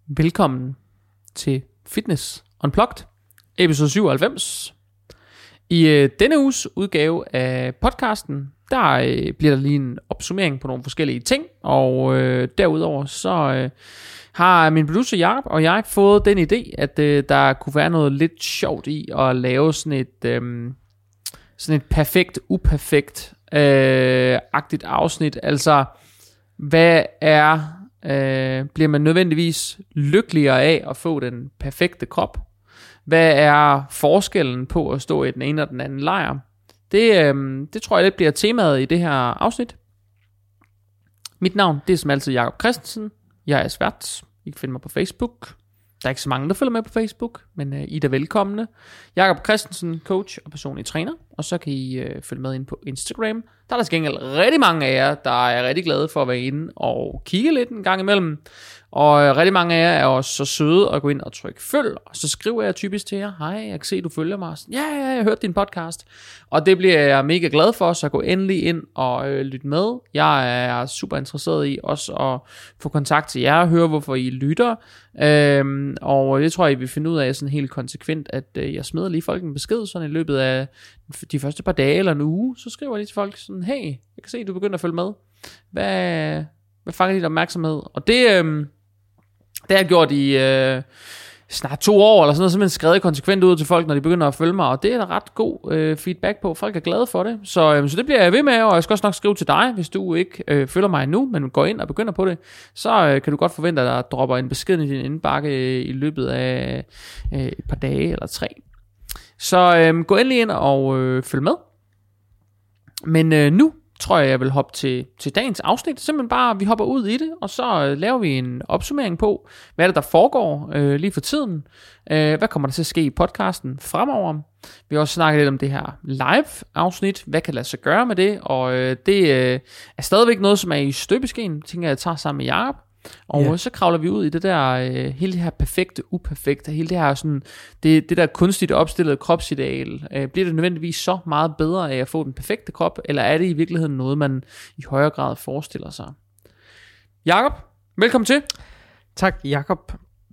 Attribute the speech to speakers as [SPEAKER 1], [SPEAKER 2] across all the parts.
[SPEAKER 1] Velkommen til Fitness Unplugged, episode 97. I denne uges udgave af podcasten, der bliver der lige en opsummering på nogle forskellige ting, og derudover så har min producer Jacob og jeg fået den idé, at der kunne være noget lidt sjovt i at lave sådan et perfekt, uperfekt agtigt afsnit. Altså, hvad er... bliver man nødvendigvis lykkeligere af at få den perfekte krop? Hvad er forskellen på at stå i den ene og den anden lejr? Det tror jeg lidt bliver temaet i det her afsnit. Mit navn, det er som altid Jacob Christensen. Jeg er svært. I kan finde mig på Facebook. Der er ikke så mange, der følger med på Facebook, men I er da velkomne. Jacob Christensen, coach og personlig træner. Og så kan I følge med ind på Instagram. Der er der til gengæld rigtig mange af jer, der er rigtig glade for at være inde og kigge lidt en gang imellem. Og rigtig mange af jer er også så søde at gå ind og trykke følg. Og så skriver jeg typisk til jer: hej, jeg kan se, du følger mig. Ja, jeg har hørt din podcast. Og det bliver jeg mega glad for, så gå endelig ind og lyt med. Jeg er super interesseret i også at få kontakt til jer og høre, hvorfor I lytter. Og det tror jeg, I vil finde ud af sådan helt konsekvent, at jeg smider lige folk en besked sådan i løbet af de første par dage eller en uge. Så skriver jeg lige til folk sådan: hey, jeg kan se, du begynder at følge med. Hvad fanger dit opmærksomhed? Og det har jeg gjort i snart 2 år eller sådan noget, simpelthen skrevet konsekvent ud til folk, når de begynder at følge mig, og det er der ret god feedback på. Folk er glade for det, så det bliver jeg ved med, og jeg skal også nok skrive til dig, hvis du ikke følger mig nu, men går ind og begynder på det, så kan du godt forvente, at der dropper en besked i din indbakke i løbet af et par dage eller 3. Så gå endelig ind og følg med. Men nu tror jeg vil hoppe til dagens afsnit. Simpelthen bare, vi hopper ud i det, og så laver vi en opsummering på, hvad er det, der foregår lige for tiden. Hvad kommer der til at ske i podcasten fremover? Vi har også snakket lidt om det her live-afsnit. Hvad kan lade sig gøre med det? Og det er stadigvæk noget, som er i støbeskeen. Tænker jeg tager sammen med Jacob. Og så kravler vi ud i det der, hele det her perfekte, uperfekte, hele det her sådan, det der kunstigt opstillede kropsideal. Bliver det nødvendigvis så meget bedre af at få den perfekte krop, eller er det i virkeligheden noget, man i højere grad forestiller sig? Jakob, velkommen til.
[SPEAKER 2] Tak, Jakob.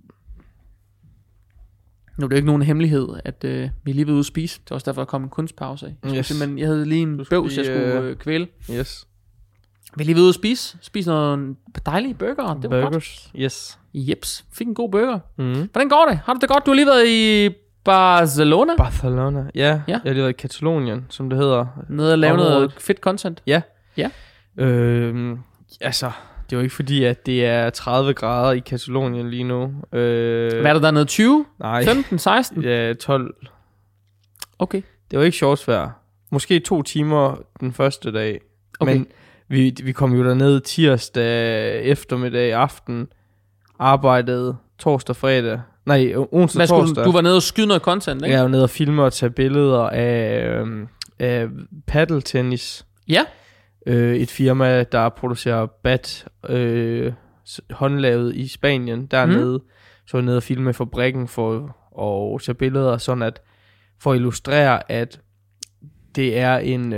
[SPEAKER 1] Nu er det ikke nogen hemmelighed, at vi lige ved ude at spise. Det var også derfor, der kom en kunstpause af. Jeg havde lige en bøvs, jeg skulle kvæle.
[SPEAKER 2] Yes.
[SPEAKER 1] Vi er lige ved ude at spise nogle dejlige burger. Det var
[SPEAKER 2] burgers, godt. Yes.
[SPEAKER 1] Jeps, fik en god burger. Hvordan går det? Har du det godt? Du har lige været i Barcelona?
[SPEAKER 2] Ja. Jeg har lige været i Katalonien, som det hedder.
[SPEAKER 1] Nede og lave noget fedt content?
[SPEAKER 2] Ja. Altså, det er jo ikke fordi, at det er 30 grader i Katalonien lige nu.
[SPEAKER 1] Hvad er der dernede? 20?
[SPEAKER 2] Nej.
[SPEAKER 1] 15? 16?
[SPEAKER 2] Ja, 12.
[SPEAKER 1] Okay.
[SPEAKER 2] Det var ikke shortsvejr. Måske 2 timer den første dag.
[SPEAKER 1] Okay.
[SPEAKER 2] Men vi kom jo derned tirsdag, eftermiddag, aften, arbejdede onsdag, torsdag.
[SPEAKER 1] Du var nede og skyde noget content, ikke?
[SPEAKER 2] Jeg var nede og filme og tage billeder af paddeltennis.
[SPEAKER 1] Ja.
[SPEAKER 2] Et firma, der producerer bat, håndlavet i Spanien, dernede. Så var jeg nede og filme fabrikken for at tage billeder, sådan at for at illustrere, at det er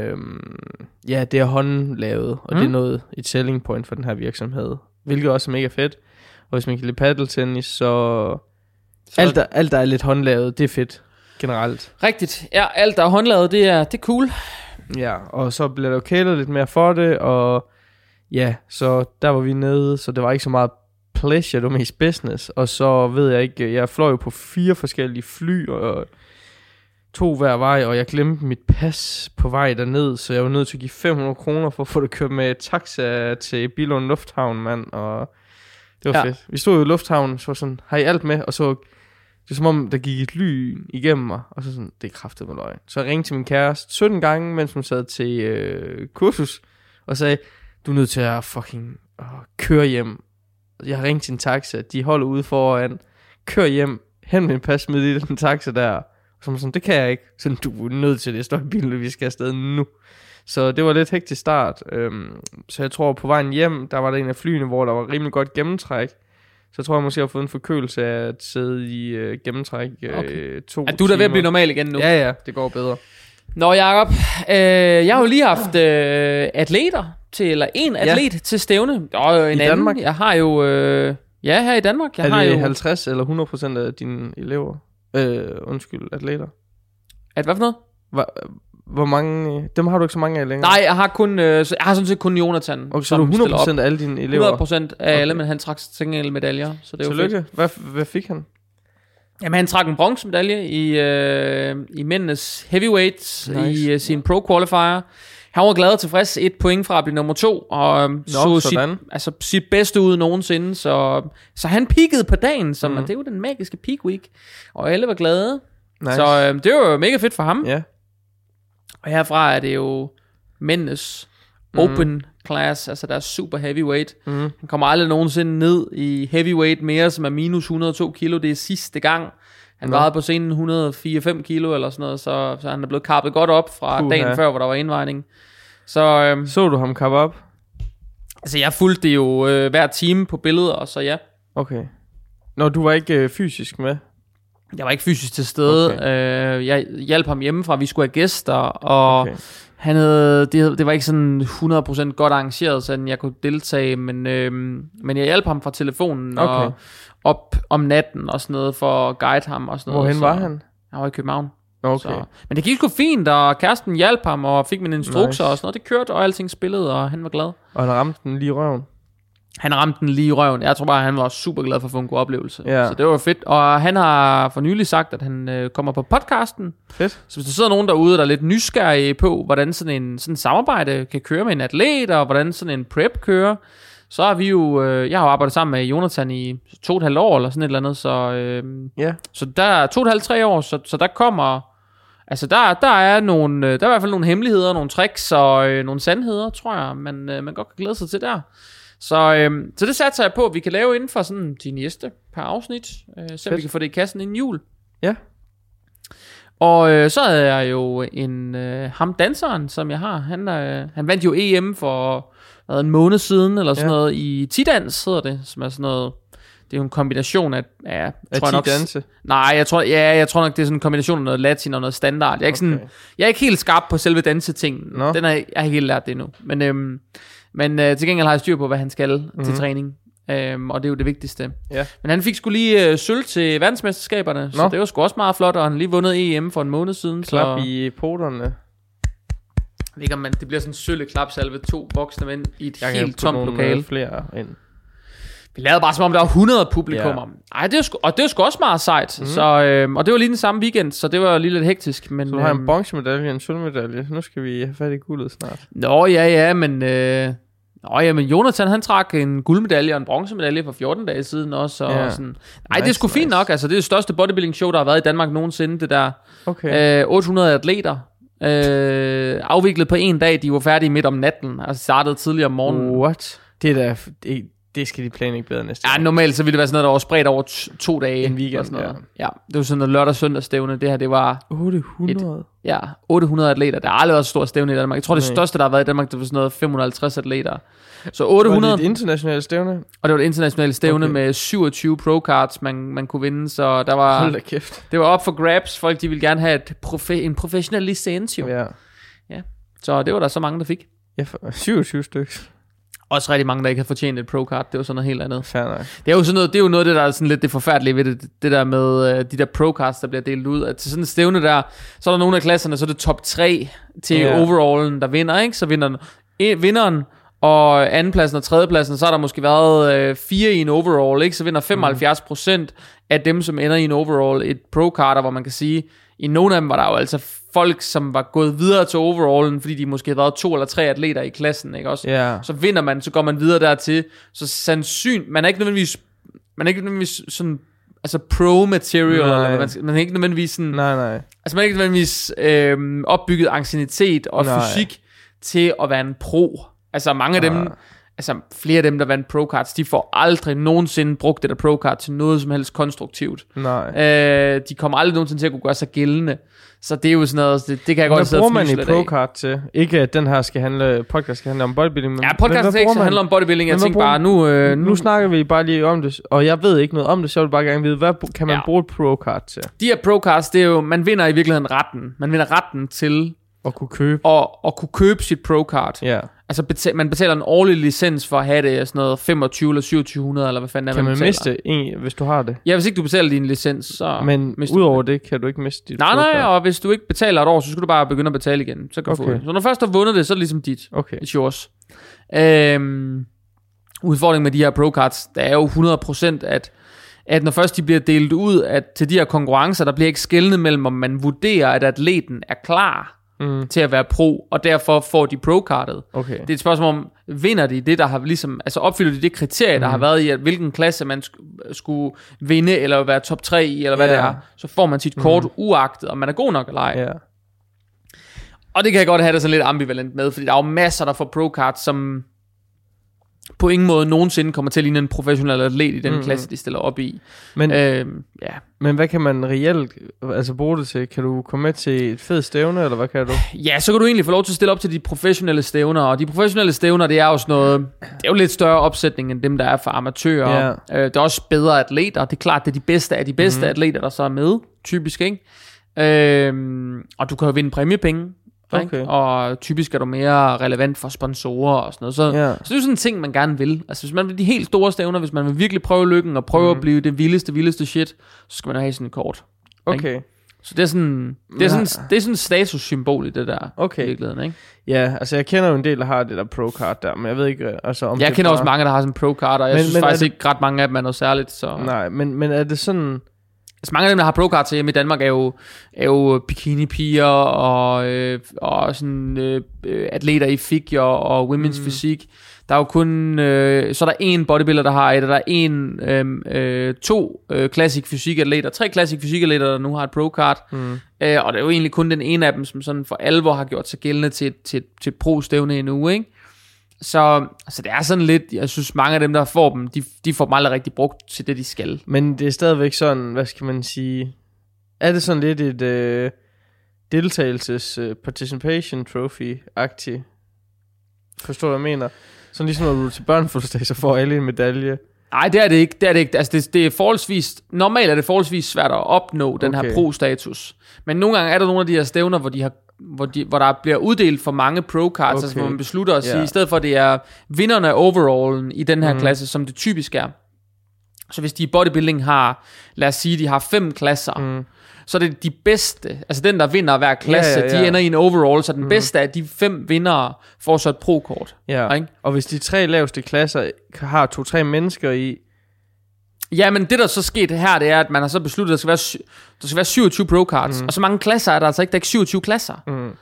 [SPEAKER 2] det er håndlavet, og det er noget, et selling point for den her virksomhed, hvilket også er mega fedt. Og hvis man kan lide paddeltennis, så alt der er lidt håndlavet, det er fedt generelt.
[SPEAKER 1] Rigtigt. Ja, alt der er håndlavet, det er cool.
[SPEAKER 2] Ja, og så bliver der jo kælet lidt mere for det, og ja, så der var vi nede, så det var ikke så meget pleasure, det var mest business. Og så ved jeg ikke, jeg fløj jo på 4 forskellige fly, og 2 hver vej, og jeg glemte mit pas på vej derned, så jeg var nødt til at give 500 kroner for at få det kørt med taxa til Billund Lufthavn, mand, og det var fedt. Vi stod jo i lufthavnen, så var sådan, har I alt med? Og så, det var som om, der gik et lyn igennem mig, og så sådan, det er kraftedeme løgn. Så jeg ringte til min kæreste 17 gange, mens hun sad til kursus, og sagde, du er nødt til at fucking køre hjem. Jeg har ringet til en taxa, de holder ude foran, kør hjem, hent min pas, smid i den taxa der. Så sådan, det kan jeg ikke. Så du er nødt til det, står i bilen, vi skal afsted nu. Så det var lidt hektisk start. Så jeg tror, på vejen hjem, der var der en af flyene, hvor der var rimelig godt gennemtræk. Så jeg tror, jeg måske har fået en forkølelse af at sidde i gennemtræk 2 timer.
[SPEAKER 1] Er du der ved at blive normal igen nu?
[SPEAKER 2] Ja, det går bedre.
[SPEAKER 1] Nå, Jacob, jeg har jo lige haft atleter til, eller en atlet til stævne. Og en
[SPEAKER 2] I
[SPEAKER 1] anden.
[SPEAKER 2] Danmark?
[SPEAKER 1] Jeg har jo Ja, her i Danmark. Jeg
[SPEAKER 2] er
[SPEAKER 1] har
[SPEAKER 2] det
[SPEAKER 1] jo
[SPEAKER 2] 50 eller 100% af dine elever? Atleter.
[SPEAKER 1] At hvad for noget?
[SPEAKER 2] Hvor mange... Dem har du ikke så mange af længere?
[SPEAKER 1] Nej, jeg har sådan set kun Jonathan.
[SPEAKER 2] Okay, så du 100% af alle dine elever?
[SPEAKER 1] 100% af alle, men han trak til gengæld medaljer. Så det er jo fedt.
[SPEAKER 2] Hvad fik han?
[SPEAKER 1] Jamen, han trak en bronzemedalje i mændenes heavyweight i sin pro qualifier. Han var glad og tilfreds, 1 point fra at blive nummer 2, og så sit bedste ud nogensinde. Så han peakede på dagen, det er jo den magiske peak week, og alle var glade.
[SPEAKER 2] Nice.
[SPEAKER 1] Så det var jo mega fedt for ham.
[SPEAKER 2] Ja.
[SPEAKER 1] Og herfra er det jo mændenes open class, altså der er super heavyweight. Han kommer aldrig nogensinde ned i heavyweight mere, som er minus 102 kilo. Det er sidste gang. Han vejede på scenen 104-5 kilo eller sådan noget, så han er blevet kappet godt op fra dagen før, hvor der var indvejning.
[SPEAKER 2] Så du ham kappe op?
[SPEAKER 1] Altså jeg fulgte det jo hver time på billeder, og så ja.
[SPEAKER 2] Okay. Nå, du var ikke fysisk med?
[SPEAKER 1] Jeg var ikke fysisk til stede. Okay. Jeg hjalp ham hjemmefra, vi skulle have gæster, og han havde, det var ikke sådan 100% godt arrangeret, så jeg kunne deltage, men jeg hjalp ham fra telefonen og op om natten og sådan noget for at guide ham og sådan noget.
[SPEAKER 2] Hvorhen var han?
[SPEAKER 1] Han var i København.
[SPEAKER 2] Okay.
[SPEAKER 1] Men det gik sgu fint, og kæresten hjalp ham og fik min instrukser og sådan noget. Det kørte, og alting spillede, og han var glad.
[SPEAKER 2] Og han ramte den lige i røven? Han
[SPEAKER 1] ramte den lige i røven. Jeg tror bare, han var super glad for at få en god oplevelse. Yeah. Så det var fedt. Og han har for nylig sagt, at han kommer på podcasten.
[SPEAKER 2] Fedt.
[SPEAKER 1] Så hvis der sidder nogen derude, der er lidt nysgerrige på, hvordan sådan samarbejde kan køre med en atlet, og hvordan sådan en prep kører, så har vi jo... jeg har jo arbejdet sammen med Jonathan i 2,5 år, eller sådan et eller andet. Så der er 2,5-3 år, så der kommer... Altså der er nogle, der er i hvert fald nogle hemmeligheder, nogle tricks og nogle sandheder, tror jeg, man godt kan glæde sig til der. Så det satser jeg på, at vi kan lave inden for sådan de næste par afsnit, så vi kan få det i kassen inden jul.
[SPEAKER 2] Ja.
[SPEAKER 1] Og så havde jeg jo ham danseren, som jeg har, han vandt jo EM for en måned siden, eller sådan noget, i Tidans hedder det, som er sådan noget. Det er jo en kombination af tror jeg nok,
[SPEAKER 2] danse?
[SPEAKER 1] Nej, jeg tror nok, det er sådan en kombination af noget latin og noget standard. Jeg er ikke helt skarp på selve dansetingen. Jeg har ikke helt lært det endnu. Men til gengæld har jeg styr på, hvad han skal til træning. Og det er jo det vigtigste. Yeah. Men han fik sgu lige sølv til verdensmesterskaberne, så det var sgu også meget flot, og han har lige vundet EM for en måned siden.
[SPEAKER 2] Klap i poterne.
[SPEAKER 1] Jeg ved ikke, om det bliver sådan en sølle klapsalve, 2 voksne mænd i et helt tomt lokale.
[SPEAKER 2] Flere ind.
[SPEAKER 1] Vi lavede bare som om der var 100 publikummer. Ej, det er sgu også meget sejt. Så, og det var lige den samme weekend, så det var lige lidt hektisk. Men,
[SPEAKER 2] så du har en bronzemedalje og en sølvmedalje. Nu skal vi have fat i guldet snart.
[SPEAKER 1] Men Jonathan, han trak en guldmedalje og en bronzemedalje for 14 dage siden også. Og sådan. Nej, det er sgu fint nok. Altså, det er det største bodybuilding show, der har været i Danmark nogensinde. Det der 800 atleter. Afviklet på en dag. De var færdige midt om natten. Altså startede tidligere om morgenen.
[SPEAKER 2] What? Det skal de planlægge bedre næste
[SPEAKER 1] år. Ja, normalt så ville det være sådan noget, der var spredt over 2 dage.
[SPEAKER 2] En weekend,
[SPEAKER 1] sådan noget. Ja, det var sådan noget lørdag-søndag stævne. Det her, det var...
[SPEAKER 2] 800?
[SPEAKER 1] 800 atleter. Der har aldrig været så stort stævne i Danmark. Jeg tror, det største, der har været i Danmark, det var sådan noget 550 atleter. Så 800...
[SPEAKER 2] Var det et internationalt stævne?
[SPEAKER 1] Og det var et internationalt stævne med 27 pro-cards, man kunne vinde. Så der var...
[SPEAKER 2] Hold da kæft. Det
[SPEAKER 1] var op for grabs. Folk, de ville gerne have en professionel licens, jo. Ja. Så det var der så mange, der fik.
[SPEAKER 2] Ja, 27 stykker.
[SPEAKER 1] Også rigtig mange, der ikke har fortjent et pro-card. Det var sådan noget helt andet.
[SPEAKER 2] Fair nok.
[SPEAKER 1] Det er jo sådan noget, det er jo noget af det, der er sådan lidt det forfærdelige ved det der med de der pro-cards, der bliver delt ud. At til sådan et stævne der, så er der nogle af klasserne, så er det top 3 til overallen, der vinder, ikke? Så vinder vinderen og andenpladsen og tredjepladsen, så har der måske været 4 i en overall, ikke? Så vinder 75% af dem, som ender i en overall, et pro-card, hvor man kan sige, i nogle af dem var der jo altså folk, som var gået videre til overallen, fordi de måske havde været 2 eller 3 atleter i klassen, ikke også?
[SPEAKER 2] Yeah.
[SPEAKER 1] Så vinder man, så går man videre dertil. Så man er ikke nødvendigvis sådan, altså pro-material, man er ikke nødvendigvis sådan...
[SPEAKER 2] Nej.
[SPEAKER 1] Altså man er ikke nødvendigvis opbygget anciennitet og fysik til at være en pro. Altså mange af dem... Altså flere af dem, der vandt pro-cards, de får aldrig nogensinde brugt det der pro-card til noget som helst konstruktivt.
[SPEAKER 2] Nej.
[SPEAKER 1] De kommer aldrig nogensinde til at kunne gøre sig gældende. Så det er jo sådan noget, det kan jeg godt sidde og
[SPEAKER 2] flyse lidt af. Hvad bruger man i pro-card til? Ikke at den her podcast skal handle om bodybuilding. Men
[SPEAKER 1] podcast skal ikke handle om bodybuilding. Jeg tænker bare,
[SPEAKER 2] nu snakker vi bare lige om det, og jeg ved ikke noget om det, så jeg vil bare gerne vide, hvad kan man bruge et pro-card til?
[SPEAKER 1] De her pro-cards, det er jo, man vinder i virkeligheden retten. Man vinder retten til
[SPEAKER 2] at kunne købe.
[SPEAKER 1] Og kunne købe sit pro-card.
[SPEAKER 2] Ja.
[SPEAKER 1] Altså man betaler en årlig licens for at have det sådan noget 25 eller 2700, eller hvad fanden er
[SPEAKER 2] Kan man
[SPEAKER 1] betaler.
[SPEAKER 2] miste en, hvis du har det?
[SPEAKER 1] Ja, hvis ikke du betaler din licens, så...
[SPEAKER 2] Men udover det, kan du ikke miste dit
[SPEAKER 1] Nej, og hvis du ikke betaler et år, så skal du bare begynde at betale igen. Så kan du få det. Så når du først har vundet det, så er det ligesom dit.
[SPEAKER 2] Okay.
[SPEAKER 1] It's yours. Udfordringen med de her pro-cards, der er jo 100%, at når først de bliver delt ud til de her konkurrencer, der bliver ikke skelnet mellem, om man vurderer, at atleten er klar til at være pro, og derfor får de pro-cardet.
[SPEAKER 2] Okay.
[SPEAKER 1] Det er et spørgsmål om, vinder de det, der har ligesom, altså opfylder de det kriterie, der har været i, at hvilken klasse man skulle vinde, eller være top 3 i, eller hvad det er, så får man sit kort uagtet, om man er god nok eller ej.
[SPEAKER 2] Yeah.
[SPEAKER 1] Og det kan jeg godt have det sådan lidt ambivalent med, fordi der er jo masser, der får pro-cards, som på ingen måde nogensinde kommer til at ligne en professionel atlet i den klasse, de stiller op i.
[SPEAKER 2] Men, men hvad kan man reelt bruge det til? Kan du komme med til et fedt stævne, eller hvad kan du? Ja,
[SPEAKER 1] så kan du egentlig få lov til at stille op til de professionelle stævner, og de professionelle stævner, det er jo sådan noget, det er jo lidt større opsætning end dem, der er for amatører. Det er også bedre atleter, det er klart, det er de bedste af de bedste atleter, der så er med, typisk, ikke? Og du kan jo vinde præmiepenge. Okay. Og typisk er du mere relevant for sponsorer og sådan noget. Så det er jo sådan en ting, man gerne vil. Altså hvis man vil de helt store stævner, hvis man vil virkelig prøve lykken og prøve at blive det vildeste shit, så skal man have sådan et kort.
[SPEAKER 2] Okay.
[SPEAKER 1] Ikke? Så det er sådan, det er sådan et statussymbol i det der i virkeligheden, ikke?
[SPEAKER 2] Ja, altså jeg kender jo en del, der har det der pro-card der, men jeg ved ikke, altså om
[SPEAKER 1] jeg kender også mange, der har sådan en pro-card, og jeg synes faktisk ikke ret mange af dem er noget særligt. Så.
[SPEAKER 2] Nej, men er det sådan...
[SPEAKER 1] Altså mange af dem, der har pro-cards hjemme i Danmark, er jo bikini-piger og sådan atleter i figure og women's fysik. Der er jo kun så er der en bodybuilder, der har et, og der er to classic fysik-atleter, 3 classic fysik-atleter, der nu har et pro-card. Og det er jo egentlig kun den ene af dem, som sådan for alvor har gjort sig gældende til pro-stævne i en uge, ikke? Så det er sådan lidt, jeg synes mange af dem, der får dem, de får dem aldrig rigtig brugt til det, de skal.
[SPEAKER 2] Men det er stadigvæk sådan, hvad skal man sige, er det sådan lidt et participation trophy-agtigt? Forstår du, hvad jeg mener? Sådan ligesom når du er til børnefødselsdag, så får alle en medalje. Nej,
[SPEAKER 1] det er det ikke. Altså det er forholdsvis, normalt er det forholdsvis svært at opnå den her pro-status. Men nogle gange er der nogle af de her stævner, hvor der bliver uddelt for mange pro-cards, altså hvor man beslutter at sige, i stedet for at det er vinderne af overallen i den her klasse, som det typisk er. Så hvis de i bodybuilding har, lad os sige, de har 5 klasser, så er det de bedste, altså den der vinder hver klasse, de ender i en overall, så den bedste af de 5 vindere får så et pro-kort.
[SPEAKER 2] Ja. Ikke? Og hvis de 3 laveste klasser har 2-3 mennesker i.
[SPEAKER 1] Ja, men det der så sket her, det er, at man har så besluttet, at der skal være 27 pro-cards, og så mange klasser er der altså ikke, der er ikke 27 klasser.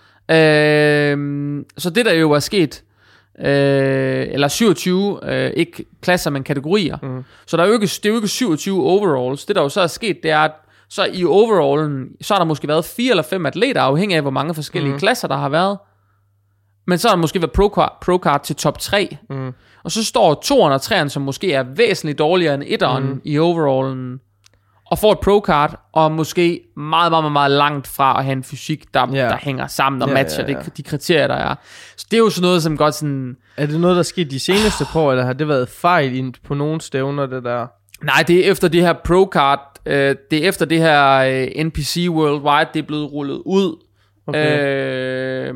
[SPEAKER 1] Så det der jo er sket, eller 27, ikke klasser, men kategorier. Så der er jo ikke, det er jo ikke 27 overalls. Det der jo så er sket, det er, at så i overallen, så har der måske været 4 eller 5 atleter, afhængig af hvor mange forskellige klasser der har været. Men så har der måske været pro-card til top 3. Og så står 2'eren og 3'eren, som måske er væsentligt dårligere end 1'eren i overallen, og får et pro-card, og måske meget, meget, meget langt fra at have en fysik, der hænger sammen og matcher de kriterier, der er. Så det er jo sådan noget, som godt sådan...
[SPEAKER 2] Er det noget, der er sket de seneste par, eller har det været fejl på nogle stævner, det der?
[SPEAKER 1] Nej, det er efter det her pro-card, det er efter det her NPC Worldwide, det er blevet rullet ud. Okay.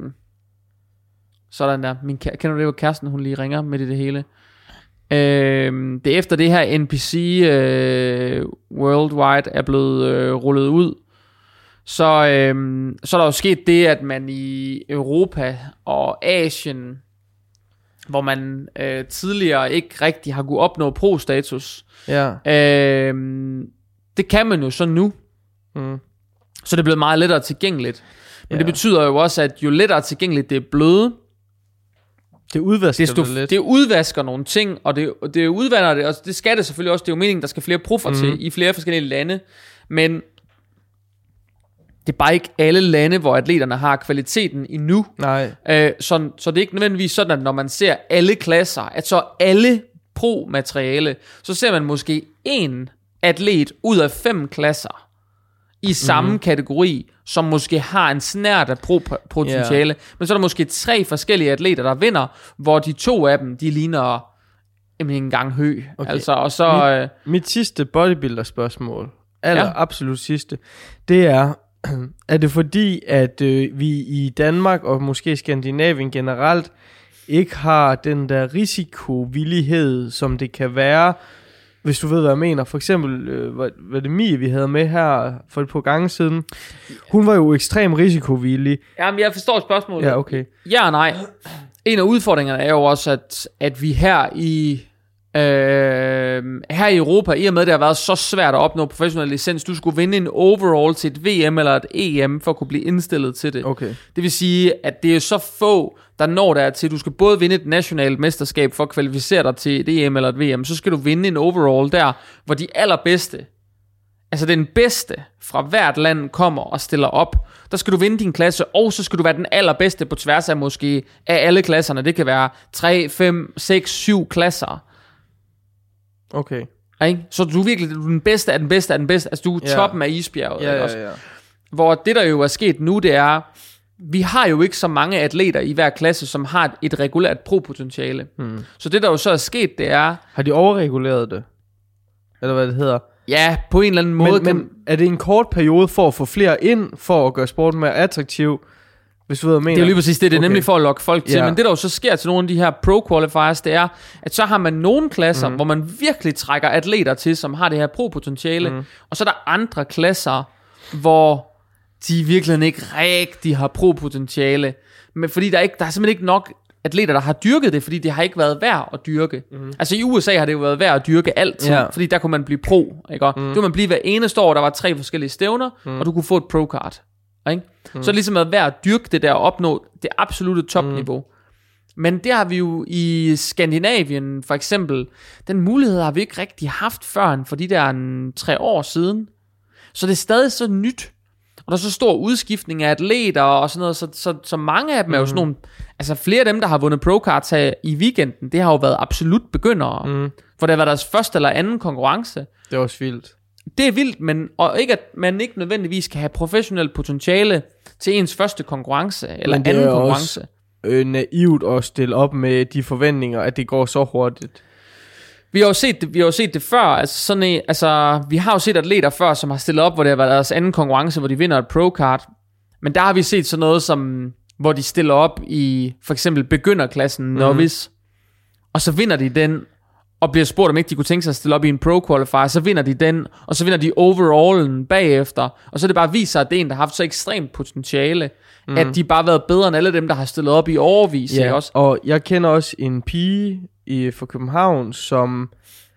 [SPEAKER 1] Sådan der. Kender du det, hvor Kirsten, hun lige ringer med det hele? Det er efter det her NPC Worldwide er blevet rullet ud. Så er der jo sket det, at man i Europa og Asien, hvor man tidligere ikke rigtig har kunne opnå pro-status, det kan man jo så nu. Så det er blevet meget lettere tilgængeligt. Men det betyder jo også, at jo lettere tilgængeligt det er blevet,
[SPEAKER 2] det udvasker det lidt.
[SPEAKER 1] Det udvasker nogle ting, og det udvander det, og det skal det selvfølgelig også. Det er jo meningen, der skal flere proffer til i flere forskellige lande. Men det er bare ikke alle lande, hvor atleterne har kvaliteten endnu.
[SPEAKER 2] Nej.
[SPEAKER 1] Så det er ikke nødvendigvis sådan, at når man ser alle klasser, at så alle pro-materiale, så ser man måske en atlet ud af 5 klasser i samme kategori, som måske har en snert af pro-potentiale, men så er der måske 3 forskellige atleter, der vinder, hvor de 2 af dem, de ligner en gang hø.
[SPEAKER 2] Okay.
[SPEAKER 1] Altså, og så,
[SPEAKER 2] mit sidste bodybuilder-spørgsmål, absolut sidste, det er det fordi, at vi i Danmark, og måske Skandinavien generelt, ikke har den der risikovillighed, som det kan være, hvis du ved, hvad jeg mener. For eksempel, var det Mie, vi havde med her for et par gange siden. Hun var jo ekstrem risikovillig.
[SPEAKER 1] Jamen, jeg forstår spørgsmålet.
[SPEAKER 2] Ja, okay.
[SPEAKER 1] Ja og nej. En af udfordringerne er jo også, at vi her i Europa, i og med det har været så svært at opnå professionel licens, du skulle vinde en overall til et VM eller et EM, for at kunne blive indstillet til det.
[SPEAKER 2] Okay.
[SPEAKER 1] Det vil sige, at det er så få, der når der til, du skal både vinde et nationalt mesterskab for at kvalificere dig til et EM eller et VM, så skal du vinde en overall der, hvor de allerbedste, altså den bedste fra hvert land kommer og stiller op. Der skal du vinde din klasse, og så skal du være den allerbedste på tværs af måske af alle klasserne. Det kan være 3, 5, 6, 7 klasser.
[SPEAKER 2] Okay.
[SPEAKER 1] Ikke? Så du er virkelig den bedste af den bedste af den bedste. Altså du er toppen af isbjerget.
[SPEAKER 2] Ja.
[SPEAKER 1] Hvor det der jo er sket nu, det er, vi har jo ikke så mange atleter i hver klasse, som har et regulært pro-potentiale. Så det der jo så er sket, det er...
[SPEAKER 2] Har de overreguleret det? Eller hvad det hedder?
[SPEAKER 1] Ja, på en eller anden måde.
[SPEAKER 2] Men er det en kort periode for at få flere ind, for at gøre sporten mere attraktiv? Hvis du ved, hvad jeg mener.
[SPEAKER 1] Det er jo lige præcis det. Det er nemlig for at lokke folk til.
[SPEAKER 2] Ja.
[SPEAKER 1] Men det der jo så sker til nogle af de her pro-qualifiers, det er, at så har man nogle klasser, hvor man virkelig trækker atleter til, som har det her pro-potentiale. Og så er der andre klasser, hvor de virkelig ikke rigtig har pro-potentiale. Men fordi der er simpelthen ikke nok atleter, der har dyrket det, fordi det har ikke været værd at dyrke. Altså i USA har det jo været værd at dyrke altid, fordi der kunne man blive pro. Ikke? Det kunne man blive hver eneste år, der var 3 forskellige stævner, og du kunne få et pro-card. Ikke? Så det ligesom været værd at dyrke det der og opnå det absolutte topniveau. Men det har vi jo i Skandinavien for eksempel, den mulighed har vi ikke rigtig haft før for de der 3 år siden. Så det er stadig så nyt. Og der er så stor udskiftning af atleter og sådan noget, så mange af dem er jo sådan nogle, altså flere af dem, der har vundet pro-cards her i weekenden, det har jo været absolut begyndere. For det har været deres første eller anden konkurrence.
[SPEAKER 2] Det er også vildt.
[SPEAKER 1] Det er vildt, men og ikke at man ikke nødvendigvis kan have professionelt potentiale til ens første konkurrence eller anden konkurrence.
[SPEAKER 2] Det er naivt at stille op med de forventninger, at det går så hurtigt.
[SPEAKER 1] Vi har jo set det før, altså vi har jo set atleter før, som har stillet op, hvor det har været deres anden konkurrence, hvor de vinder et pro-card. Men der har vi set sådan noget som, hvor de stiller op i for eksempel begynderklassen novice, og så vinder de den, og bliver spurgt om ikke de kunne tænke sig at stille op i en pro-qualifier, så vinder de den, og så vinder de overallen bagefter, og så det bare viser, at det er en, der har haft så ekstremt potentiale, at de bare har været bedre end alle dem, der har stillet op i overvis.
[SPEAKER 2] Ja,
[SPEAKER 1] også?
[SPEAKER 2] Og jeg kender også en pige fra København, som,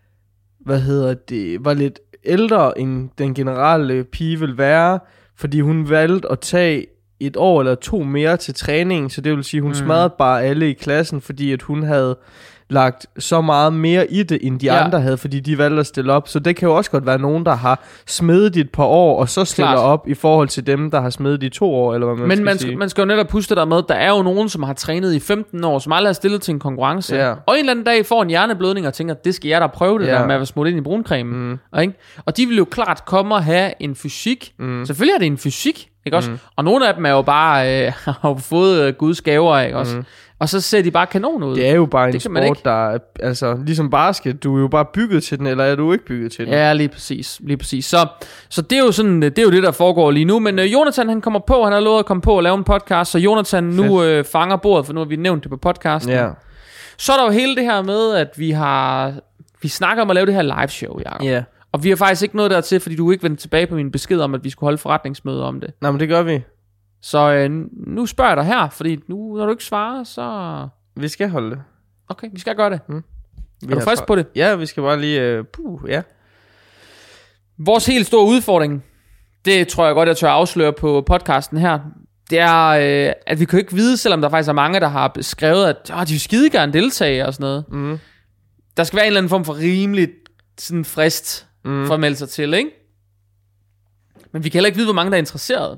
[SPEAKER 2] var lidt ældre end den generelle pige vil være, fordi hun valgte at tage 1 år eller 2 mere til træning, så det vil sige, hun smadrede bare alle i klassen, fordi at hun havde lagt så meget mere i det, end de andre havde, fordi de valgte at stille op. Så det kan jo også godt være nogen, der har smedet et par år, og så stiller op i forhold til dem, der har smedet i 2 år, eller hvad man skal sige. Men
[SPEAKER 1] man skal jo netop huske der med, der er jo nogen, som har trænet i 15 år, som aldrig har stillet til en konkurrence, og en eller anden dag får en hjerneblødning og tænker, det skal jeg da prøve det der med at smute ind i bruncremen. Ikke? Og de vil jo klart komme og have en fysik. Selvfølgelig er det en fysik, ikke også? Og nogle af dem er jo bare har fået Guds gaver, ikke også? Og så ser de bare kanon ud.
[SPEAKER 2] Det er jo bare en sport, der altså ligesom basket, du er jo bare bygget til den, eller er du ikke bygget til den?
[SPEAKER 1] Ja, lige præcis. Så det er jo sådan, det er jo det, der foregår lige nu. Men Jonathan, han kommer på, han har lovet at komme på og lave en podcast, så Jonathan nu fanger bordet, for nu har vi nævnt det på podcasten.
[SPEAKER 2] Ja.
[SPEAKER 1] Så er der jo hele det her med, at vi snakker om at lave det her live show, Jacob.
[SPEAKER 2] Ja.
[SPEAKER 1] Og vi har faktisk ikke noget dertil, fordi du ikke vendte tilbage på min besked om, at vi skulle holde forretningsmøde om det.
[SPEAKER 2] Nej, men det gør vi.
[SPEAKER 1] Så nu spørger jeg dig her, fordi nu, når du ikke svarer, så...
[SPEAKER 2] Vi skal holde det.
[SPEAKER 1] Okay, vi skal gøre det. Er du frisk på det?
[SPEAKER 2] Ja, vi skal bare lige... ja.
[SPEAKER 1] Vores helt store udfordring, det tror jeg godt, jeg tør afsløre på podcasten her, det er, at vi kan ikke vide, selvom der faktisk er mange, der har skrevet, at de vil skide gerne deltage og sådan noget. Der skal være en eller anden form for rimeligt sådan frist for at melde sig til, ikke? Men vi kan heller ikke vide, hvor mange der er interesseret.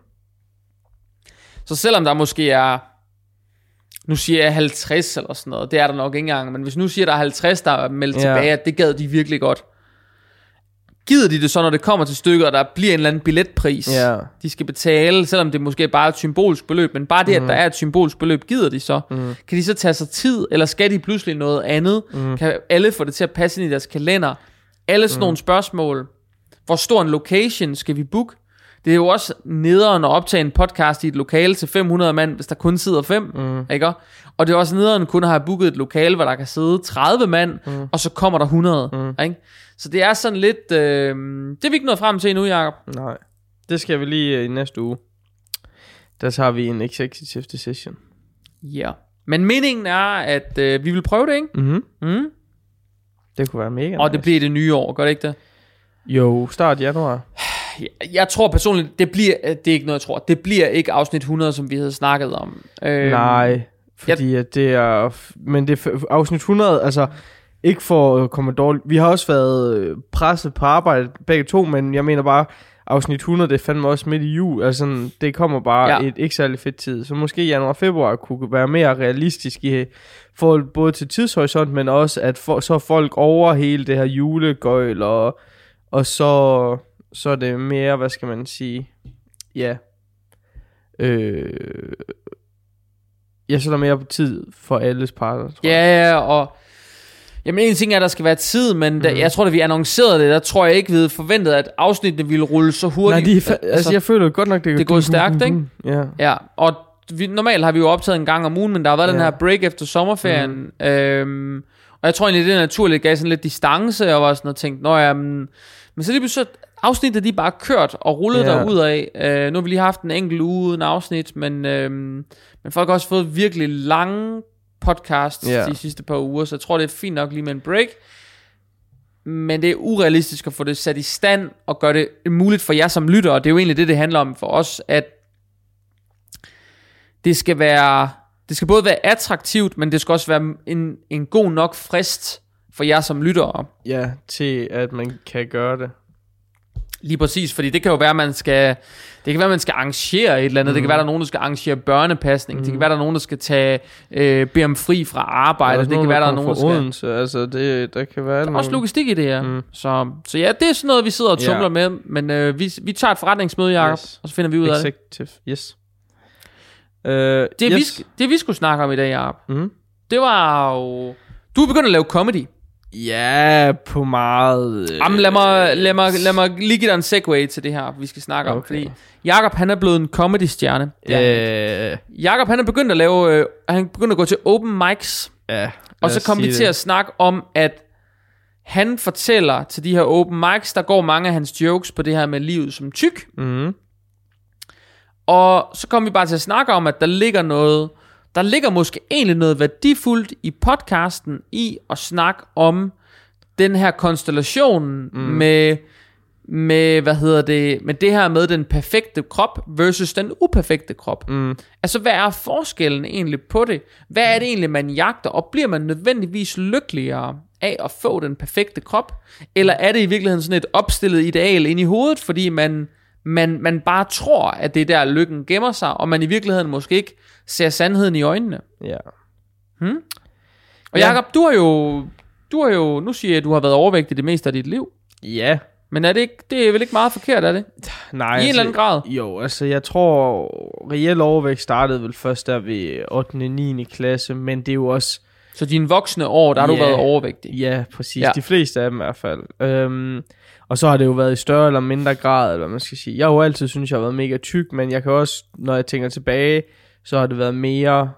[SPEAKER 1] Så selvom der måske er, nu siger jeg 50 eller sådan noget, det er der nok ikke engang, men hvis nu siger der er 50, der er meldt tilbage, at det gad de virkelig godt. Gider de det så, når det kommer til stykket, og der bliver en eller anden billetpris, de skal betale, selvom det måske bare er et symbolsk beløb, men bare det, at der er et symbolsk beløb, gider de så? Kan de så tage sig tid, eller skal de pludselig noget andet? Kan alle få det til at passe ind i deres kalender? Alle sådan nogle spørgsmål. Hvor stor en location skal vi booke? det er jo også nederen at optage en podcast i et lokale til 500 mand, hvis der kun sidder 5, ikke? Og det er også nederen kun at have booket et lokale, hvor der kan sidde 30 mand, og så kommer der 100, ikke? Så det er sådan lidt, det er vi ikke nået frem til endnu, Jacob.
[SPEAKER 2] Nej, det skal vi lige i næste uge. Der har vi en executive decision.
[SPEAKER 1] Ja, men meningen er, at vi vil prøve det, ikke?
[SPEAKER 2] Det kunne være mega
[SPEAKER 1] Og
[SPEAKER 2] nice.
[SPEAKER 1] det bliver det nye år, gør det ikke det?
[SPEAKER 2] Jo, start januar.
[SPEAKER 1] Jeg tror personligt, det er ikke noget, jeg tror. Det bliver ikke afsnit 100, som vi havde snakket om.
[SPEAKER 2] Nej, fordi at det er... Men det er afsnit 100, altså... Ikke for at komme dårligt. Vi har også været presset på arbejde begge to, men jeg mener bare, afsnit 100, det fandt mig også midt i jul. Altså sådan, det kommer bare et ikke særlig fedt tid. Så måske januar-februar kunne være mere realistisk i forhold både til tidshorisont, men også at så folk over hele det her julegøjl, og så er det mere, hvad skal man sige, ja, så er der mere tid for alles parter, tror jeg.
[SPEAKER 1] Ja, og jamen en ting er, at der skal være tid, men jeg tror, at vi annoncerede det, der tror jeg ikke, vi havde forventet, at afsnittene ville rulle så hurtigt.
[SPEAKER 2] Nej, altså jeg føler godt nok,
[SPEAKER 1] det er gået stærkt, ikke?
[SPEAKER 2] Ja.
[SPEAKER 1] Ja, og normalt har vi jo optaget en gang om ugen, men der har været den her break efter sommerferien, og jeg tror egentlig, det er naturligt, gav sådan lidt distance, og var sådan og tænkt, men så lige pludselig afsnittet, de er bare kørt og rullet derudad. Nu har vi lige haft en enkelt uge uden afsnit, men folk har også fået virkelig lange podcasts de sidste par uger, så jeg tror, det er fint nok lige med en break. Men det er urealistisk at få det sat i stand og gøre det muligt for jer som lytter, og det er jo egentlig det handler om for os, at det skal både være attraktivt, men det skal også være en god nok frist for jer som lyttere.
[SPEAKER 2] Ja, til at man kan gøre det.
[SPEAKER 1] Lige præcis, fordi det kan jo være, at man skal arrangere et eller andet. Det kan være, der er nogen, der skal arrangere børnepasning. Det kan være, der er nogen, der skal bede om fri fra arbejde. Det kan være, der er nogen, der skal...
[SPEAKER 2] Odense. Altså, der kan være...
[SPEAKER 1] Der er også logistik i det her. Så ja, det er sådan noget, vi sidder og tumler med. Men vi tager et forretningsmøde, Jacob, og så finder vi ud af det.
[SPEAKER 2] Yes.
[SPEAKER 1] Det vi skulle snakke om i dag, Jacob, det var jo... Du er begyndt at lave comedy.
[SPEAKER 2] Ja, på meget...
[SPEAKER 1] Jamen, lad mig lige give dig en segue til det her, vi skal snakke om. Fordi Jakob, han er blevet en comedy-stjerne. Jakob, han er begyndt at lave... han er begyndt at gå til open mics.
[SPEAKER 2] Ja,
[SPEAKER 1] og så kom vi til at snakke om, at han fortæller til de her open mics, der går mange af hans jokes på det her med livet som tyk. Og så kom vi bare til at snakke om, at der ligger måske egentlig noget værdifuldt i podcasten i at snakke om den her konstellation med med det her med den perfekte krop versus den uperfekte krop. Altså hvad er forskellen egentlig på det? Hvad er det egentlig man jagter? Og bliver man nødvendigvis lykkeligere af at få den perfekte krop? Eller er det i virkeligheden sådan et opstillet ideal ind i hovedet, fordi man bare tror, at det er der lykken gemmer sig, og man i virkeligheden måske ikke ser sandheden i øjnene.
[SPEAKER 2] Ja.
[SPEAKER 1] Og Jacob, du har jo, nu siger jeg, at du har været overvægtig det meste af dit liv.
[SPEAKER 2] Ja.
[SPEAKER 1] Men er det ikke, det er vel ikke meget forkert, er det?
[SPEAKER 2] Nej.
[SPEAKER 1] I en eller anden grad?
[SPEAKER 2] Jo, altså jeg tror, reel overvægt startede vel først der ved 8. og 9. klasse, men det er jo også...
[SPEAKER 1] Så dine voksne år, der har du været overvægtig?
[SPEAKER 2] Ja, præcis. Ja. De fleste af dem i hvert fald. Og så har det jo været i større eller mindre grad, eller hvad man skal sige. Jeg har jo altid synes jeg har været mega tyk, men jeg kan også, når jeg tænker tilbage, så har det været mere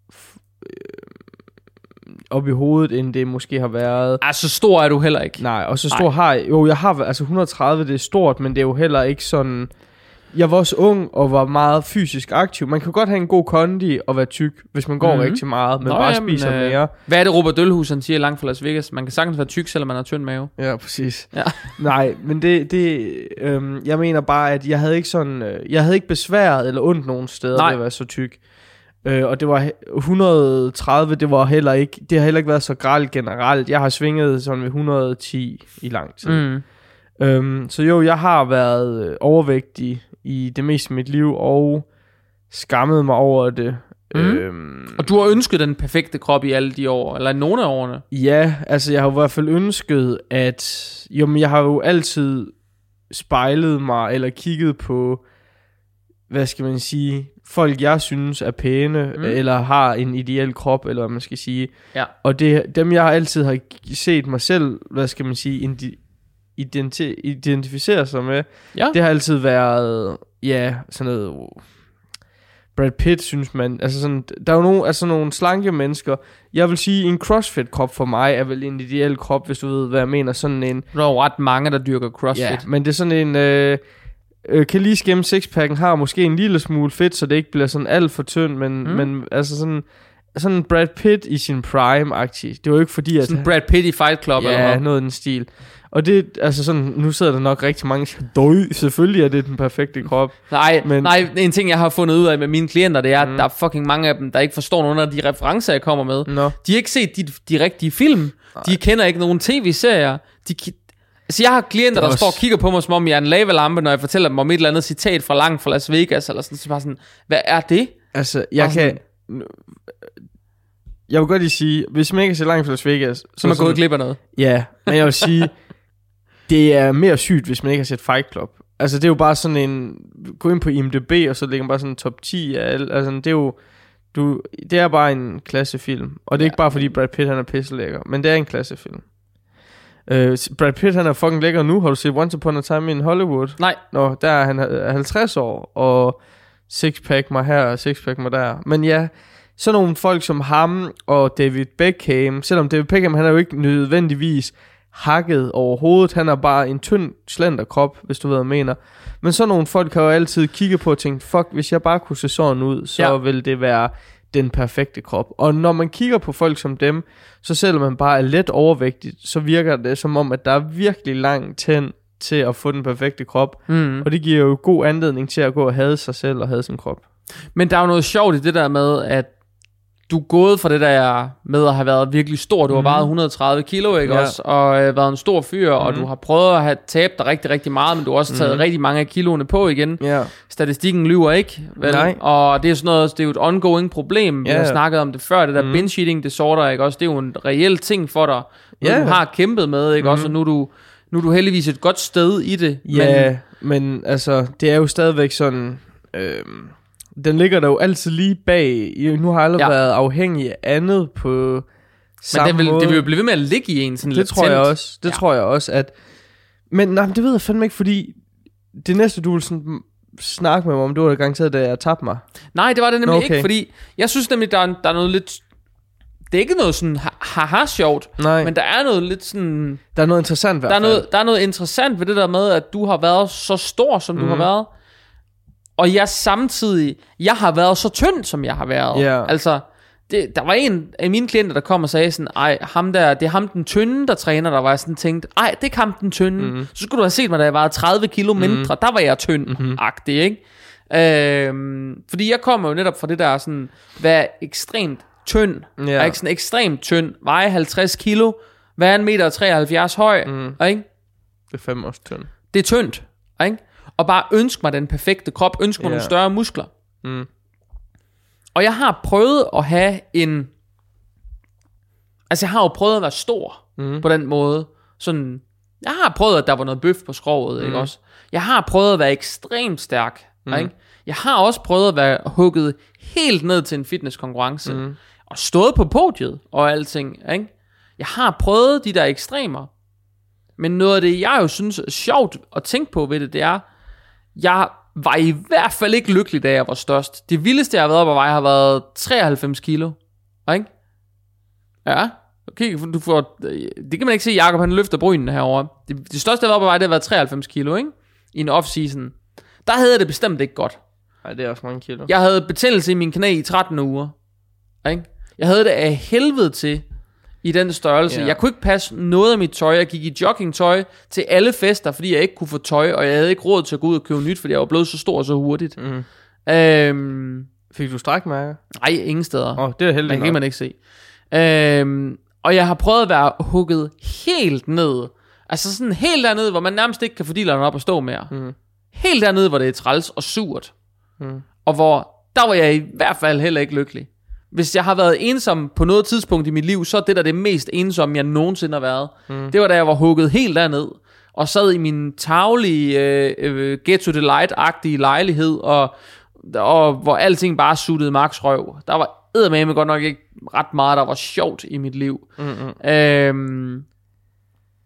[SPEAKER 2] op i hovedet, end det måske har været.
[SPEAKER 1] Så stor er du heller ikke.
[SPEAKER 2] Nej, og så stor har jeg, jo jeg har, altså 130 det er stort, men det er jo heller ikke sådan. Jeg var også ung og var meget fysisk aktiv. Man kan godt have en god kondi og være tyk, hvis man går rigtig meget, men bare spiser mere.
[SPEAKER 1] Hvad er det Robert Dølhus han siger langt fra Las Vegas? Man kan sagtens være tyk, selvom man har tynd mave.
[SPEAKER 2] Ja, præcis.
[SPEAKER 1] Ja.
[SPEAKER 2] Nej, men jeg mener bare, at jeg havde ikke sådan, jeg havde ikke besværet eller ondt nogen steder ved at være så tyk. Og det var 130, det har heller ikke været så grelt generelt. Jeg har svinget sådan ved 110 i lang tid. Så jo, jeg har været overvægtig i det meste af mit liv og skammet mig over det.
[SPEAKER 1] Og du har ønsket den perfekte krop i alle de år, eller nogle af årene?
[SPEAKER 2] Ja, altså jeg har i hvert fald ønsket, at jeg har jo altid spejlet mig eller kigget på, hvad skal man sige, folk jeg synes er pæne, eller har en ideel krop, eller hvad man skal sige.
[SPEAKER 1] Ja.
[SPEAKER 2] Og dem jeg altid har set mig selv, hvad skal man sige, identificerer sig med.
[SPEAKER 1] Ja.
[SPEAKER 2] Det har altid været, sådan noget... Brad Pitt, synes man. Altså sådan, der er jo nogle slanke mennesker. Jeg vil sige, en CrossFit-krop for mig er vel en ideel krop, hvis du ved, hvad jeg mener. Sådan en...
[SPEAKER 1] Der er jo ret mange, der dyrker CrossFit.
[SPEAKER 2] Ja, men det er sådan en... kan lige skemme sixpacken, har måske en lille smule fedt, så det ikke bliver sådan alt for tynd, men altså sådan Brad Pitt i sin prime-aktie. Det var jo ikke fordi, at...
[SPEAKER 1] Sådan Brad Pitt i Fight Club, eller
[SPEAKER 2] ja, noget af den stil. Og det, altså sådan, nu sidder der nok rigtig mange, selvfølgelig er det den perfekte krop.
[SPEAKER 1] Nej, en ting jeg har fundet ud af med mine klienter, det er, at der er fucking mange af dem, der ikke forstår nogen af de referencer, jeg kommer med.
[SPEAKER 2] No.
[SPEAKER 1] De har ikke set de rigtige film. De kender ikke nogen tv-serier. Altså jeg har klienter, der står og kigger på mig, som om jeg er en lavelampe, når jeg fortæller dem om et eller andet citat fra langt fra Las Vegas, eller sådan, så bare sådan, hvad er det?
[SPEAKER 2] Altså, jeg vil godt lige sige, hvis man ikke har set langt fra Las Vegas,
[SPEAKER 1] så man gået glip af noget.
[SPEAKER 2] Ja, men jeg vil sige, det er mere sygt, hvis man ikke har set Fight Club. Altså det er jo bare sådan en, gå ind på IMDb, og så ligger man bare sådan en top 10 af alt. Altså det er jo, det er bare en klassefilm. Og det er ikke bare fordi Brad Pitt han er pisselækker, men det er en klassefilm. Brad Pitt han er fucking lækker nu. Har du set Once Upon a Time in Hollywood?
[SPEAKER 1] Nej.
[SPEAKER 2] Nå, der er han 50 år, og sixpack mig her og sixpack mig der. Men ja, sådan nogle folk som ham og David Beckham, selvom David Beckham han er jo ikke nødvendigvis hakket overhovedet, han er bare en tynd slenderkrop, hvis du ved hvad jeg mener. Men sådan nogle folk kan jo altid kigge på og tænke, fuck, hvis jeg bare kunne se sådan ud, så vil det være den perfekte krop. Og når man kigger på folk som dem, så selvom man bare er let overvægtig, så virker det som om, at der er virkelig lang tænd til at få den perfekte krop. Og det giver jo god anledning til at gå og hade sig selv og hade sin krop.
[SPEAKER 1] Men der er jo noget sjovt i det der med, at du er gået fra det der med at have været virkelig stor. Du har vejet 130 kilo, ikke også? Og været en stor fyr, og du har prøvet at have tabt dig rigtig, rigtig meget, men du har også taget rigtig mange af kiloene på igen. Statistikken lyver ikke, vel?
[SPEAKER 2] Nej.
[SPEAKER 1] Og det er sådan noget, det er jo et ongoing problem. Vi har snakket om det før, det der binge eating disorder, ikke også? Det er jo en reel ting for dig, du har kæmpet med, ikke også? Og nu er du heldigvis et godt sted i det.
[SPEAKER 2] Ja, men altså, det er jo stadigvæk sådan... den ligger der jo altid lige bag. Nu har jeg aldrig været afhængig af andet på samme måde.
[SPEAKER 1] Det vil jo blive ved med at ligge i en sådan
[SPEAKER 2] det tror jeg også. Det tror jeg også, at... Men nej, det ved jeg fandme ikke, fordi det næste, du vil sådan snakke med mig om, det var garanteret, da jeg tabte mig.
[SPEAKER 1] Nej, det var det nemlig ikke, fordi jeg synes nemlig, der er noget lidt... Det er ikke noget sådan haha-sjovt, men der er noget lidt sådan...
[SPEAKER 2] Der er noget interessant i hvert fald.
[SPEAKER 1] Der er noget interessant ved det der med, at du har været så stor, som du har været. Og jeg samtidig, jeg har været så tynd, som jeg har været. Altså, der var en af mine klienter, der kom og sagde sådan, ej, det er ham den tynde, der træner, der var jeg sådan tænkt, ej, det er ham den tynde. Så skulle du have set mig, da jeg var 30 kilo mindre, der var jeg tynd-agtig, ikke? Fordi jeg kommer jo netop fra det der sådan, være ekstremt tynd, er ikke sådan ekstremt tynd, veje 50 kilo, være 1,73 meter høj, ikke?
[SPEAKER 2] Det er 5 også tynd.
[SPEAKER 1] Det er tyndt, ikke? Og bare ønske mig den perfekte krop, ønske mig nogle større muskler. Og jeg har prøvet at have altså jeg har jo prøvet at være stor på den måde. Sådan, jeg har prøvet, at der var noget bøf på skroget, ikke også? Jeg har prøvet at være ekstremt stærk, ikke? Jeg har også prøvet at være hugget helt ned til en fitnesskonkurrence, og stået på podiet og alting, ikke? Jeg har prøvet de der ekstremer. Men noget af det, jeg jo synes er sjovt at tænke på ved det er, jeg var i hvert fald ikke lykkelig, da jeg var størst. Det vildeste, jeg har været oppe af vej, har været 93 kilo. Ikke? Ja. Okay, det kan man ikke se, Jakob han løfter brynene herovre. Det største, jeg har været oppe af vej, det har været 93 kilo, ikke? I en off-season. Der havde jeg det bestemt ikke godt.
[SPEAKER 2] Nej, det er også mange kilo.
[SPEAKER 1] Jeg havde betændelse i min knæ i 13 uger. Ikke? Jeg havde det af helvede til i den størrelse. Jeg kunne ikke passe noget af mit tøj. Jeg gik i joggingtøj til alle fester, fordi jeg ikke kunne få tøj, og jeg havde ikke råd til at gå ud og købe nyt, fordi jeg var blevet så stor så hurtigt.
[SPEAKER 2] Fik du strækmærker?
[SPEAKER 1] Nej, ingen steder.
[SPEAKER 2] Det er heldigt.
[SPEAKER 1] Det kan man ikke se. Og jeg har prøvet at være hugget helt ned. Altså sådan helt dernede, hvor man nærmest ikke kan få dilerne op og stå mere. Helt dernede, hvor det er træls og surt. Og hvor der var jeg i hvert fald heller ikke lykkelig. Hvis jeg har været ensom på noget tidspunkt i mit liv, så er det der det mest ensomme, jeg nogensinde har været. Det var da jeg var hugget helt derned, og sad i min taglige Ghetto Delight-agtige lejlighed, og hvor alting bare suttede max røv. Der var eddermame godt nok ikke ret meget, der var sjovt i mit liv.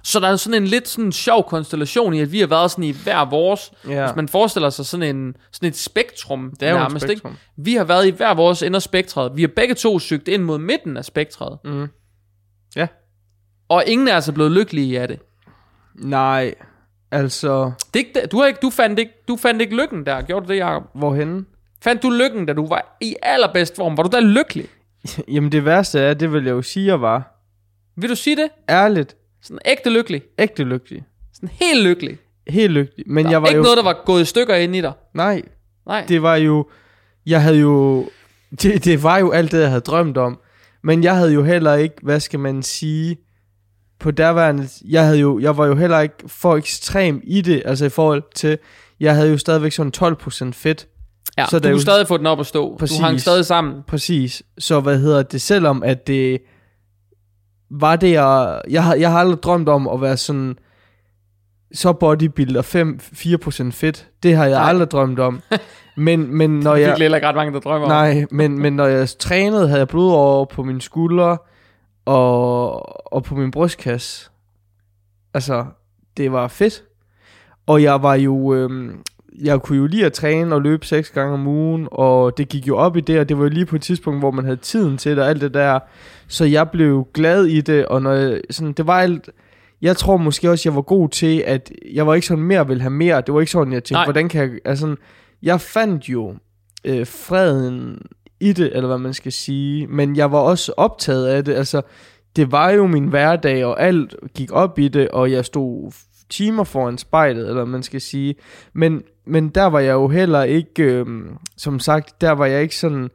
[SPEAKER 1] Så der er sådan en lidt sådan sjov konstellation i, at vi har været sådan i hver vores, hvis man forestiller sig sådan et spektrum,
[SPEAKER 2] det er jo
[SPEAKER 1] nærmest,
[SPEAKER 2] et spektrum.
[SPEAKER 1] ikke? Vi har været i hver vores ende af spektret. Vi har begge to søgt ind mod midten af spektret.
[SPEAKER 2] Ja.
[SPEAKER 1] Og ingen er altså blevet lykkelige af det.
[SPEAKER 2] Nej, altså...
[SPEAKER 1] Du fandt ikke lykken der, gjorde du det, Jacob?
[SPEAKER 2] Hvorhenne?
[SPEAKER 1] Fandt du lykken, da du var i allerbedst form? Var du da lykkelig?
[SPEAKER 2] Jamen det værste er, det vil jeg jo sige, jeg var.
[SPEAKER 1] Vil du sige det?
[SPEAKER 2] Ærligt.
[SPEAKER 1] Sådan ægte lykkelig?
[SPEAKER 2] Ægte lykkelig.
[SPEAKER 1] Sådan helt lykkelig?
[SPEAKER 2] Helt lykkelig. Men
[SPEAKER 1] der
[SPEAKER 2] jeg var
[SPEAKER 1] ikke
[SPEAKER 2] jo...
[SPEAKER 1] noget, der var gået i stykker ind i dig?
[SPEAKER 2] Nej.
[SPEAKER 1] Nej.
[SPEAKER 2] Det var jo... Jeg havde jo... Det var jo alt det, jeg havde drømt om. Men jeg havde jo heller ikke, hvad skal man sige... På derværende... Jeg var jo heller ikke for ekstrem i det. Altså i forhold til... Jeg havde jo stadigvæk sådan 12% fedt.
[SPEAKER 1] Ja, så du kunne stadig få den op at stå. Præcis, du hang stadig sammen.
[SPEAKER 2] Præcis. Så hvad hedder det, selvom at det var det, jeg har aldrig drømt om at være sådan, så bodybuilder 4% fedt. Det har jeg aldrig drømt om. Men når jeg...
[SPEAKER 1] Det er ikke ret mange, der drømmer om.
[SPEAKER 2] Nej, men når jeg trænede, havde jeg blod over på mine skuldre og på min brystkasse. Altså, det var fedt. Og jeg var jo... Jeg kunne jo lide at træne og løbe 6 gange om ugen, og det gik jo op i det, og det var jo lige på et tidspunkt, hvor man havde tiden til det og alt det der. Så jeg blev glad i det, og når jeg, sådan, det var alt... Jeg tror måske også, jeg var god til, at jeg var ikke sådan mere ville have mere. Det var ikke sådan, jeg tænkte, hvordan kan jeg... Altså, jeg fandt jo freden i det, eller hvad man skal sige, men jeg var også optaget af det. Altså, det var jo min hverdag, og alt gik op i det, og jeg stod timer foran spejlet, eller man skal sige. Men der var jeg jo heller ikke, som sagt, der var jeg ikke sådan...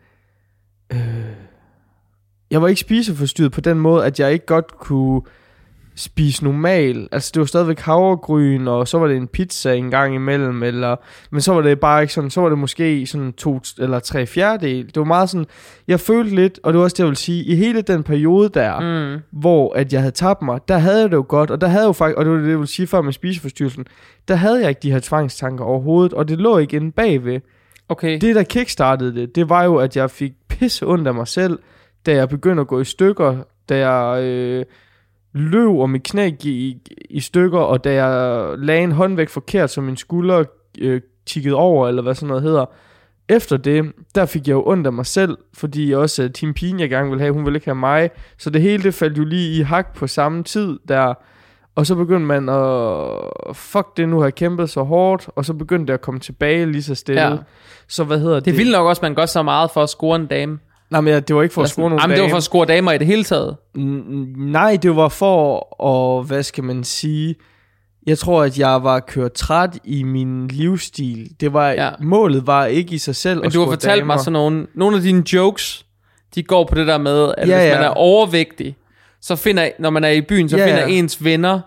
[SPEAKER 2] jeg var ikke spiseforstyrret på den måde, at jeg ikke godt kunne spise normal. Altså det var stadigvæk havregryn, og så var det en pizza en gang imellem, men så var det bare ikke sådan, så var det måske sådan 2 eller 3/4. Det var meget sådan, jeg følte lidt, og det var også det, jeg vil sige, i hele den periode der, hvor at jeg havde tabt mig, der havde jeg det jo godt, og der havde jeg jo faktisk, og det var det, jeg ville sige før med spiseforstyrrelsen, der havde jeg ikke de her tvangstanker overhovedet, og det lå ikke inde bagved.
[SPEAKER 1] Okay.
[SPEAKER 2] Det, der kickstartede det var jo, at jeg fik pisse ondt af mig selv, da jeg begyndte at gå i stykker, da jeg løb, og mit knæ gik i stykker, og da jeg lagde en hånd væk forkert, så min skulder tikkede over, eller hvad sådan noget hedder. Efter det, der fik jeg jo ondt af mig selv, fordi også Team Pine, jeg gerne ville have, hun ville ikke have mig. Så det hele, det faldt jo lige i hak på samme tid der. Og så begyndte man at, fuck det, nu har jeg kæmpet så hårdt, og så begyndte det at komme tilbage lige så stille. Ja. Så hvad hedder det?
[SPEAKER 1] Det ville nok også, man gør så meget for at score en dame.
[SPEAKER 2] Nej, men det var ikke for at score nogle damer.
[SPEAKER 1] Det var for at score damer i det hele taget.
[SPEAKER 2] Nej, det var for at, hvad skal man sige, jeg tror, at jeg var kørt træt i min livsstil. Det var, målet var ikke i sig selv.
[SPEAKER 1] Men du har fortalt mig sådan nogle af dine jokes, de går på det der med, at hvis man er overvægtig, så når man er i byen, så finder ens venner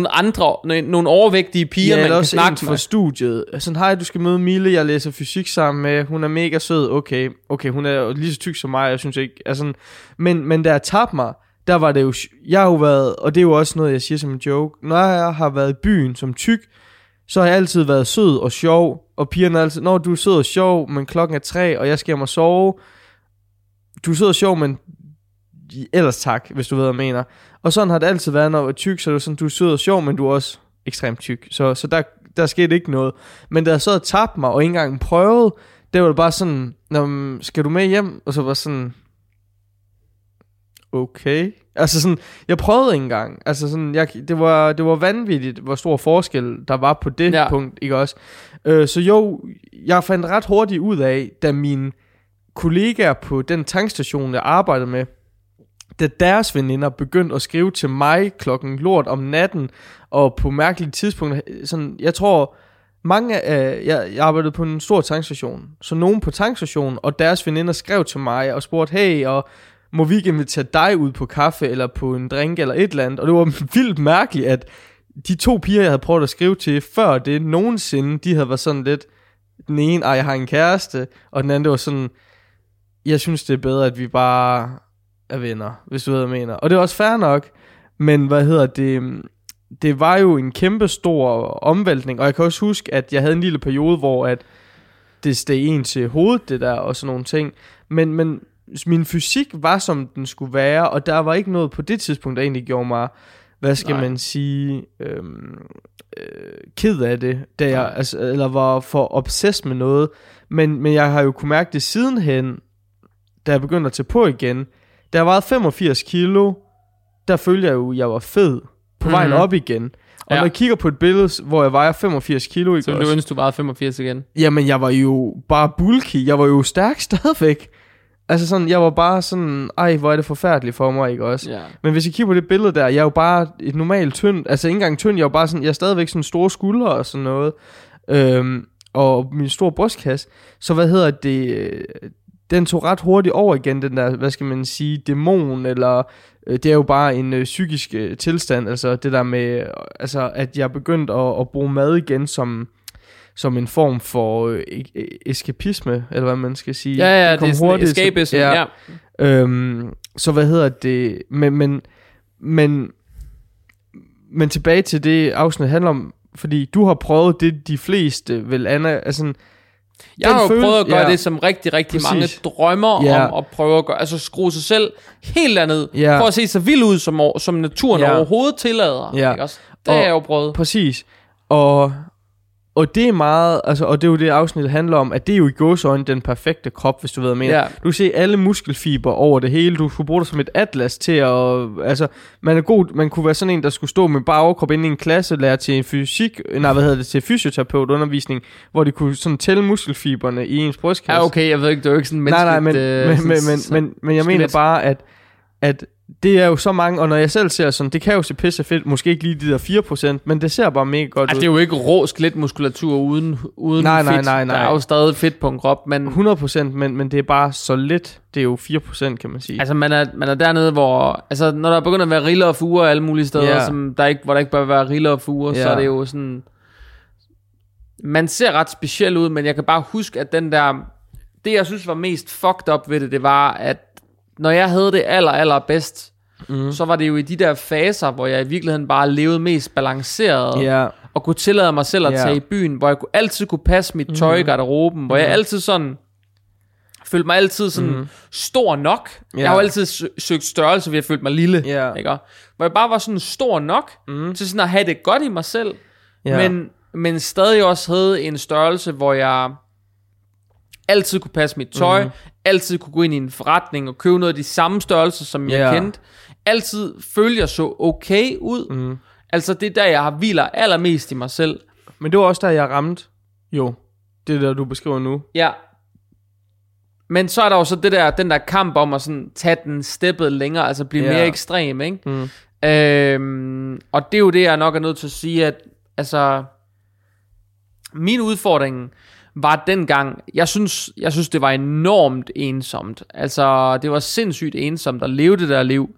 [SPEAKER 1] nogle overvægtige piger, man kan snakke med.
[SPEAKER 2] For studiet. Sådan, hej, du skal møde Mille, jeg læser fysik sammen med, hun er mega sød, okay, hun er lige så tyk som mig, jeg synes ikke, altså, men da jeg tabte mig, der var det jo, jeg har jo været, og det er jo også noget, jeg siger som en joke, når jeg har været i byen som tyk, så har jeg altid været sød og sjov, og pigerne altid, når du er sød og sjov, men klokken er 3, og jeg skal hjem og sove, du er sød og sjov, men ellers tak, hvis du ved, hvad jeg mener. Og sådan har det altid været, når jeg er tyk, så er det sådan, du er sød og sjov, men du er også ekstremt tyk. Så der skete ikke noget. Men da jeg så havde tabt mig, og ikke engang prøvede, det var det bare sådan, skal du med hjem? Og så var sådan, okay. Altså sådan, jeg prøvede ikke engang. Altså sådan, det var vanvittigt, hvor stor forskel der var på det punkt, ikke også? Så jo, jeg fandt ret hurtigt ud af, da mine kollegaer på den tankstation, jeg arbejdede med, da deres veninder begyndte at skrive til mig klokken lort om natten, og på mærkelige tidspunkter, sådan, jeg tror, mange af, jeg arbejdede på en stor tankstation, så nogen på tankstationen, og deres veninder skrev til mig, og spurgte, hey, og må vi ikke invitere dig ud på kaffe, eller på en drink, eller et eller andet, og det var vildt mærkeligt, at de 2 piger, jeg havde prøvet at skrive til, før det nogensinde, de havde været sådan lidt, den ene, jeg har en kæreste, og den anden, det var sådan, jeg synes, det er bedre, at vi bare er venner, hvis du ved, hvad jeg mener. Og det er også fair nok, men hvad hedder det, det var jo en kæmpe stor omvæltning, og jeg kan også huske, at jeg havde en lille periode, hvor at det steg en til hovedet, det der, og sådan nogle ting, men min fysik var, som den skulle være, og der var ikke noget på det tidspunkt, der egentlig gjorde mig hvad skal
[SPEAKER 1] Nej.
[SPEAKER 2] man sige, ked af det, da jeg, altså, eller var for obsessed med noget, men jeg har jo kunne mærke det sidenhen, da jeg begyndte at tage på igen. Da jeg vejede 85 kilo, der følte jeg jo, at jeg var fed på vejen op igen. Og når jeg kigger på et billede, hvor jeg vejer 85 kilo, ikke
[SPEAKER 1] så ville du ønske, du vejede 85 igen?
[SPEAKER 2] Jamen, jeg var jo bare bulky. Jeg var jo stærk stadigvæk. Altså sådan, jeg var bare sådan, ej, hvor er det forfærdeligt for mig, ikke også?
[SPEAKER 1] Ja.
[SPEAKER 2] Men hvis jeg kigger på det billede der, jeg er jo bare et normalt tynd, altså ikke engang tynd, jeg er jo bare sådan, jeg er stadigvæk sådan store skuldre og sådan noget, og min store brystkasse. Så hvad hedder det, den tog ret hurtigt over igen, den der, hvad skal man sige, dæmon, eller det er jo bare en psykisk tilstand, altså det der med, altså at jeg begyndte at bruge mad igen som en form for eskapisme, eller hvad man skal sige.
[SPEAKER 1] Ja, det er sådan escapism, ja.
[SPEAKER 2] Så hvad hedder det, men tilbage til det afsnit handler om, fordi du har prøvet det, de fleste vil altså.
[SPEAKER 1] Jeg har jo prøvet at gøre det, som rigtig
[SPEAKER 2] præcis.
[SPEAKER 1] Mange drømmer om at prøve at gøre, altså skrue sig selv helt derned, for at se så vild ud, som naturen overhovedet tillader. Ikke også? Det har jeg jo prøvet.
[SPEAKER 2] Præcis. Og det er meget, altså, og det er jo det afsnit handler om, at det er jo i gåseøjne den perfekte krop, hvis du ved mere. Du kan se alle muskelfiber over det hele. Du skulle bruge det som et atlas til at, altså, man er god, man kunne være sådan en, der skulle stå med bare overkrop inde i en klasse, lære til til fysioterapeutundervisning, hvor de kunne sådan tælle muskelfiberne i ens brystkasse.
[SPEAKER 1] Ja, okay, jeg ved ikke, det er jo ikke sådan menneskeligt.
[SPEAKER 2] Nej, men jeg mener bare, at det er jo så mange, og når jeg selv ser sådan, det kan jo se pisse fedt, måske ikke lige de der 4%, men det ser bare mega godt ud.
[SPEAKER 1] Det er jo ikke rå skeletmuskulatur uden
[SPEAKER 2] nej,
[SPEAKER 1] fedt.
[SPEAKER 2] Nej.
[SPEAKER 1] Der er jo stadig fedt på en krop, men
[SPEAKER 2] 100%, men det er bare så lidt. Det er jo 4%, kan man sige.
[SPEAKER 1] Altså man er dernede, hvor, altså når der begynder at være riller og fuger alle mulige steder, som hvor der ikke bør være riller og fuger, så er det jo sådan, man ser ret speciel ud, men jeg kan bare huske, at det jeg synes var mest fucked up ved det var, at når jeg havde det aller bedst, så var det jo i de der faser, hvor jeg i virkeligheden bare levede mest balanceret, og kunne tillade mig selv at tage i byen, hvor jeg altid kunne passe mit tøj i garderoben, hvor jeg altid sådan, følte mig altid sådan stor nok. Jeg har jo altid søgt størrelse, ved at følte mig lille, ikke? Hvor jeg bare var sådan stor nok, til sådan at have det godt i mig selv, men stadig også havde en størrelse, hvor jeg altid kunne passe mit tøj, altid kunne gå ind i en forretning og købe noget af de samme størrelser, som jeg kendte. Altid følte jeg så okay ud. Altså det er der, jeg har hviler allermest i mig selv.
[SPEAKER 2] Men det var også der, jeg ramte. Jo, det der, du beskriver nu.
[SPEAKER 1] Ja. Men så er der jo så den der kamp om at sådan tage den steppet længere, altså blive mere ekstrem, ikke? Og det er jo det, jeg nok er nødt til at sige, at altså min udfordring var dengang, jeg synes det var enormt ensomt. Altså det var sindssygt ensomt at leve det der liv.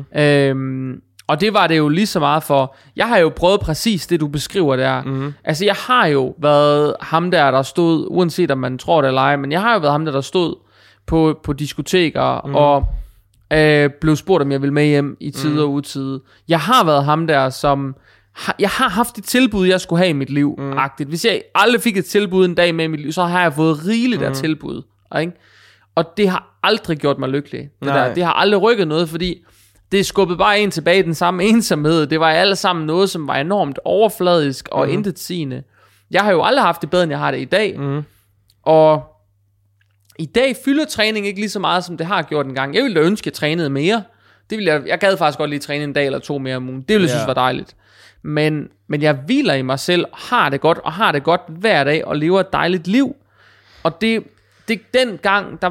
[SPEAKER 1] Og det var det jo lige så meget for. Jeg har jo prøvet præcis det du beskriver der. Altså jeg har jo været ham der stod, uanset om man tror det eller ej, men jeg har jo været ham der stod på diskoteker og blev spurgt om jeg ville med hjem i tide og utide. Jeg har været ham der som jeg har haft et tilbud, jeg skulle have i mit liv, agtigt. Hvis jeg aldrig fik et tilbud en dag med i mit liv, så har jeg fået rigeligt af tilbud, ikke? Og det har aldrig gjort mig lykkelig. Det har aldrig rykket noget, fordi det skubbede bare en tilbage i den samme ensomhed. Det var alle sammen noget, som var enormt overfladisk og intetsigende. Jeg har jo aldrig haft det bedre, end jeg har det i dag. Og i dag fylder træning ikke lige så meget, som det har gjort engang. Jeg ville da ønske, at jeg trænede mere. Jeg gad faktisk godt lige træne en dag eller 2 mere om ugen. Det ville jeg synes var dejligt. Men jeg hviler i mig selv, har det godt hver dag, og lever et dejligt liv. Og det den gang,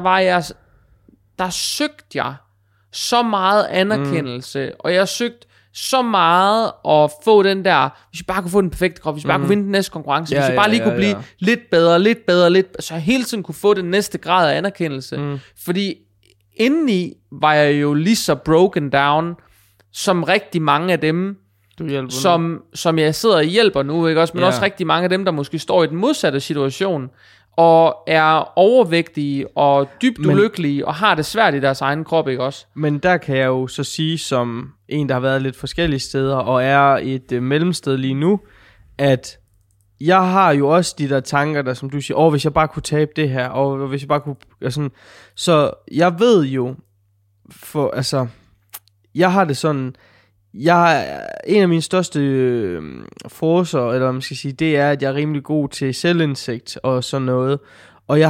[SPEAKER 1] der søgte jeg så meget anerkendelse, og jeg søgte så meget at få den der, hvis jeg bare kunne få den perfekte krop, hvis jeg bare kunne vinde den næste konkurrence, hvis jeg bare lige kunne blive lidt bedre, så jeg hele tiden kunne få den næste grad af anerkendelse. Fordi indeni var jeg jo lige så broken down, som rigtig mange af dem, som jeg sidder og hjælper nu, ikke også? Men også rigtig mange af dem, der måske står i den modsatte situation, og er overvægtige og dybt ulykkelige, og har det svært i deres egen krop, ikke også?
[SPEAKER 2] Men der kan jeg jo så sige, som en, der har været lidt forskellige steder, og er et mellemsted lige nu, at jeg har jo også de der tanker, der som du siger, hvis jeg bare kunne tabe det her, og hvis jeg bare kunne, sådan, så jeg ved jo, jeg har det sådan, En af mine største forcer, eller hvad man skal sige, det er, at jeg er rimelig god til selvindsigt og sådan noget. Og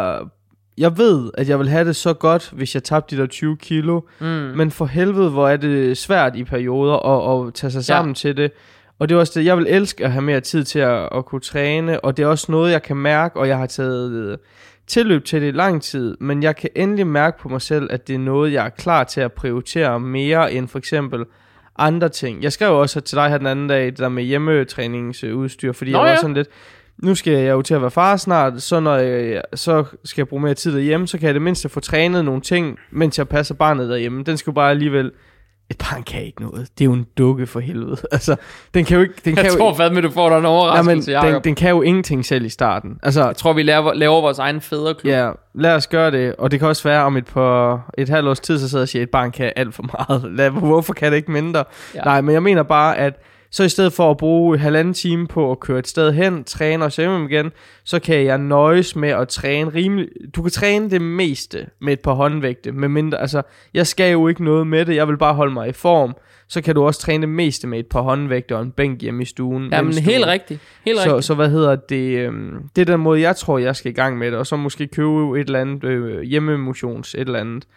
[SPEAKER 2] jeg ved, at jeg vil have det så godt, hvis jeg tabte de der 20 kilo. Men for helvede, hvor er det svært i perioder at tage sig sammen til det. Og det er også det, jeg vil elske at have mere tid til at kunne træne. Og det er også noget, jeg kan mærke, og jeg har taget tilløb til det i lang tid. Men jeg kan endelig mærke på mig selv, at det er noget, jeg er klar til at prioritere mere end for eksempel andre ting. Jeg skrev også til dig her den anden dag, det der med hjemmetræningsudstyr, fordi jeg var sådan lidt, nu skal jeg jo til at være far snart, så når så skal jeg bruge mere tid derhjemme, så kan jeg det mindste få trænet nogle ting, mens jeg passer barnet derhjemme. Den skal jo bare alligevel, et barn kan ikke noget. Det er jo en dukke for helvede. Altså, den kan jo ikke...
[SPEAKER 1] Jeg tror fandme, du får dig en overraskelse, Jacob.
[SPEAKER 2] Den kan jo ingenting selv i starten. Altså,
[SPEAKER 1] jeg tror, vi laver vores egen fædreklub.
[SPEAKER 2] Ja, lad os gøre det. Og det kan også være, om et halvt års tid, så sidder jeg og siger, at et barn kan alt for meget. Hvorfor kan det ikke mindre? Ja. Nej, men jeg mener bare, at så i stedet for at bruge 1,5 time på at køre et sted hen, træne og se igen, så kan jeg nøjes med at træne rimelig... Du kan træne det meste med et par håndvægte, med mindre... Altså, jeg skal jo ikke noget med det, jeg vil bare holde mig i form. Så kan du også træne det meste med et par håndvægte og en bænk hjemme i stuen.
[SPEAKER 1] Jamen, helt rigtigt.
[SPEAKER 2] Så hvad hedder det? Det er den måde, jeg tror, jeg skal i gang med det, og så måske købe et eller andet hjemmemotions, et eller andet.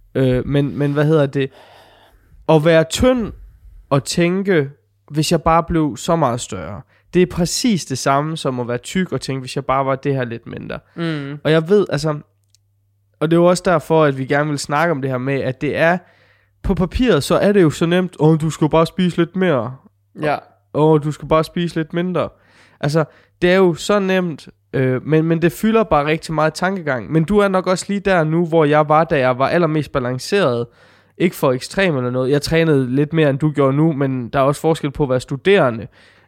[SPEAKER 2] Men hvad hedder det? At være tynd og tænke... Hvis jeg bare blev så meget større. Det er præcis det samme som at være tyk og tænke, hvis jeg bare var det her lidt mindre. Og jeg ved, altså... Og det er jo også derfor, at vi gerne vil snakke om det her med, at det er... På papiret, så er det jo så nemt. Du skal bare spise lidt mere.
[SPEAKER 1] Ja.
[SPEAKER 2] Du skal bare spise lidt mindre. Altså, det er jo så nemt. Men det fylder bare rigtig meget tankegang. Men du er nok også lige der nu, hvor jeg var, da jeg var allermest balanceret. Ikke for ekstrem eller noget. Jeg trænede lidt mere, end du gjorde nu, men der er også forskel på at være studerende,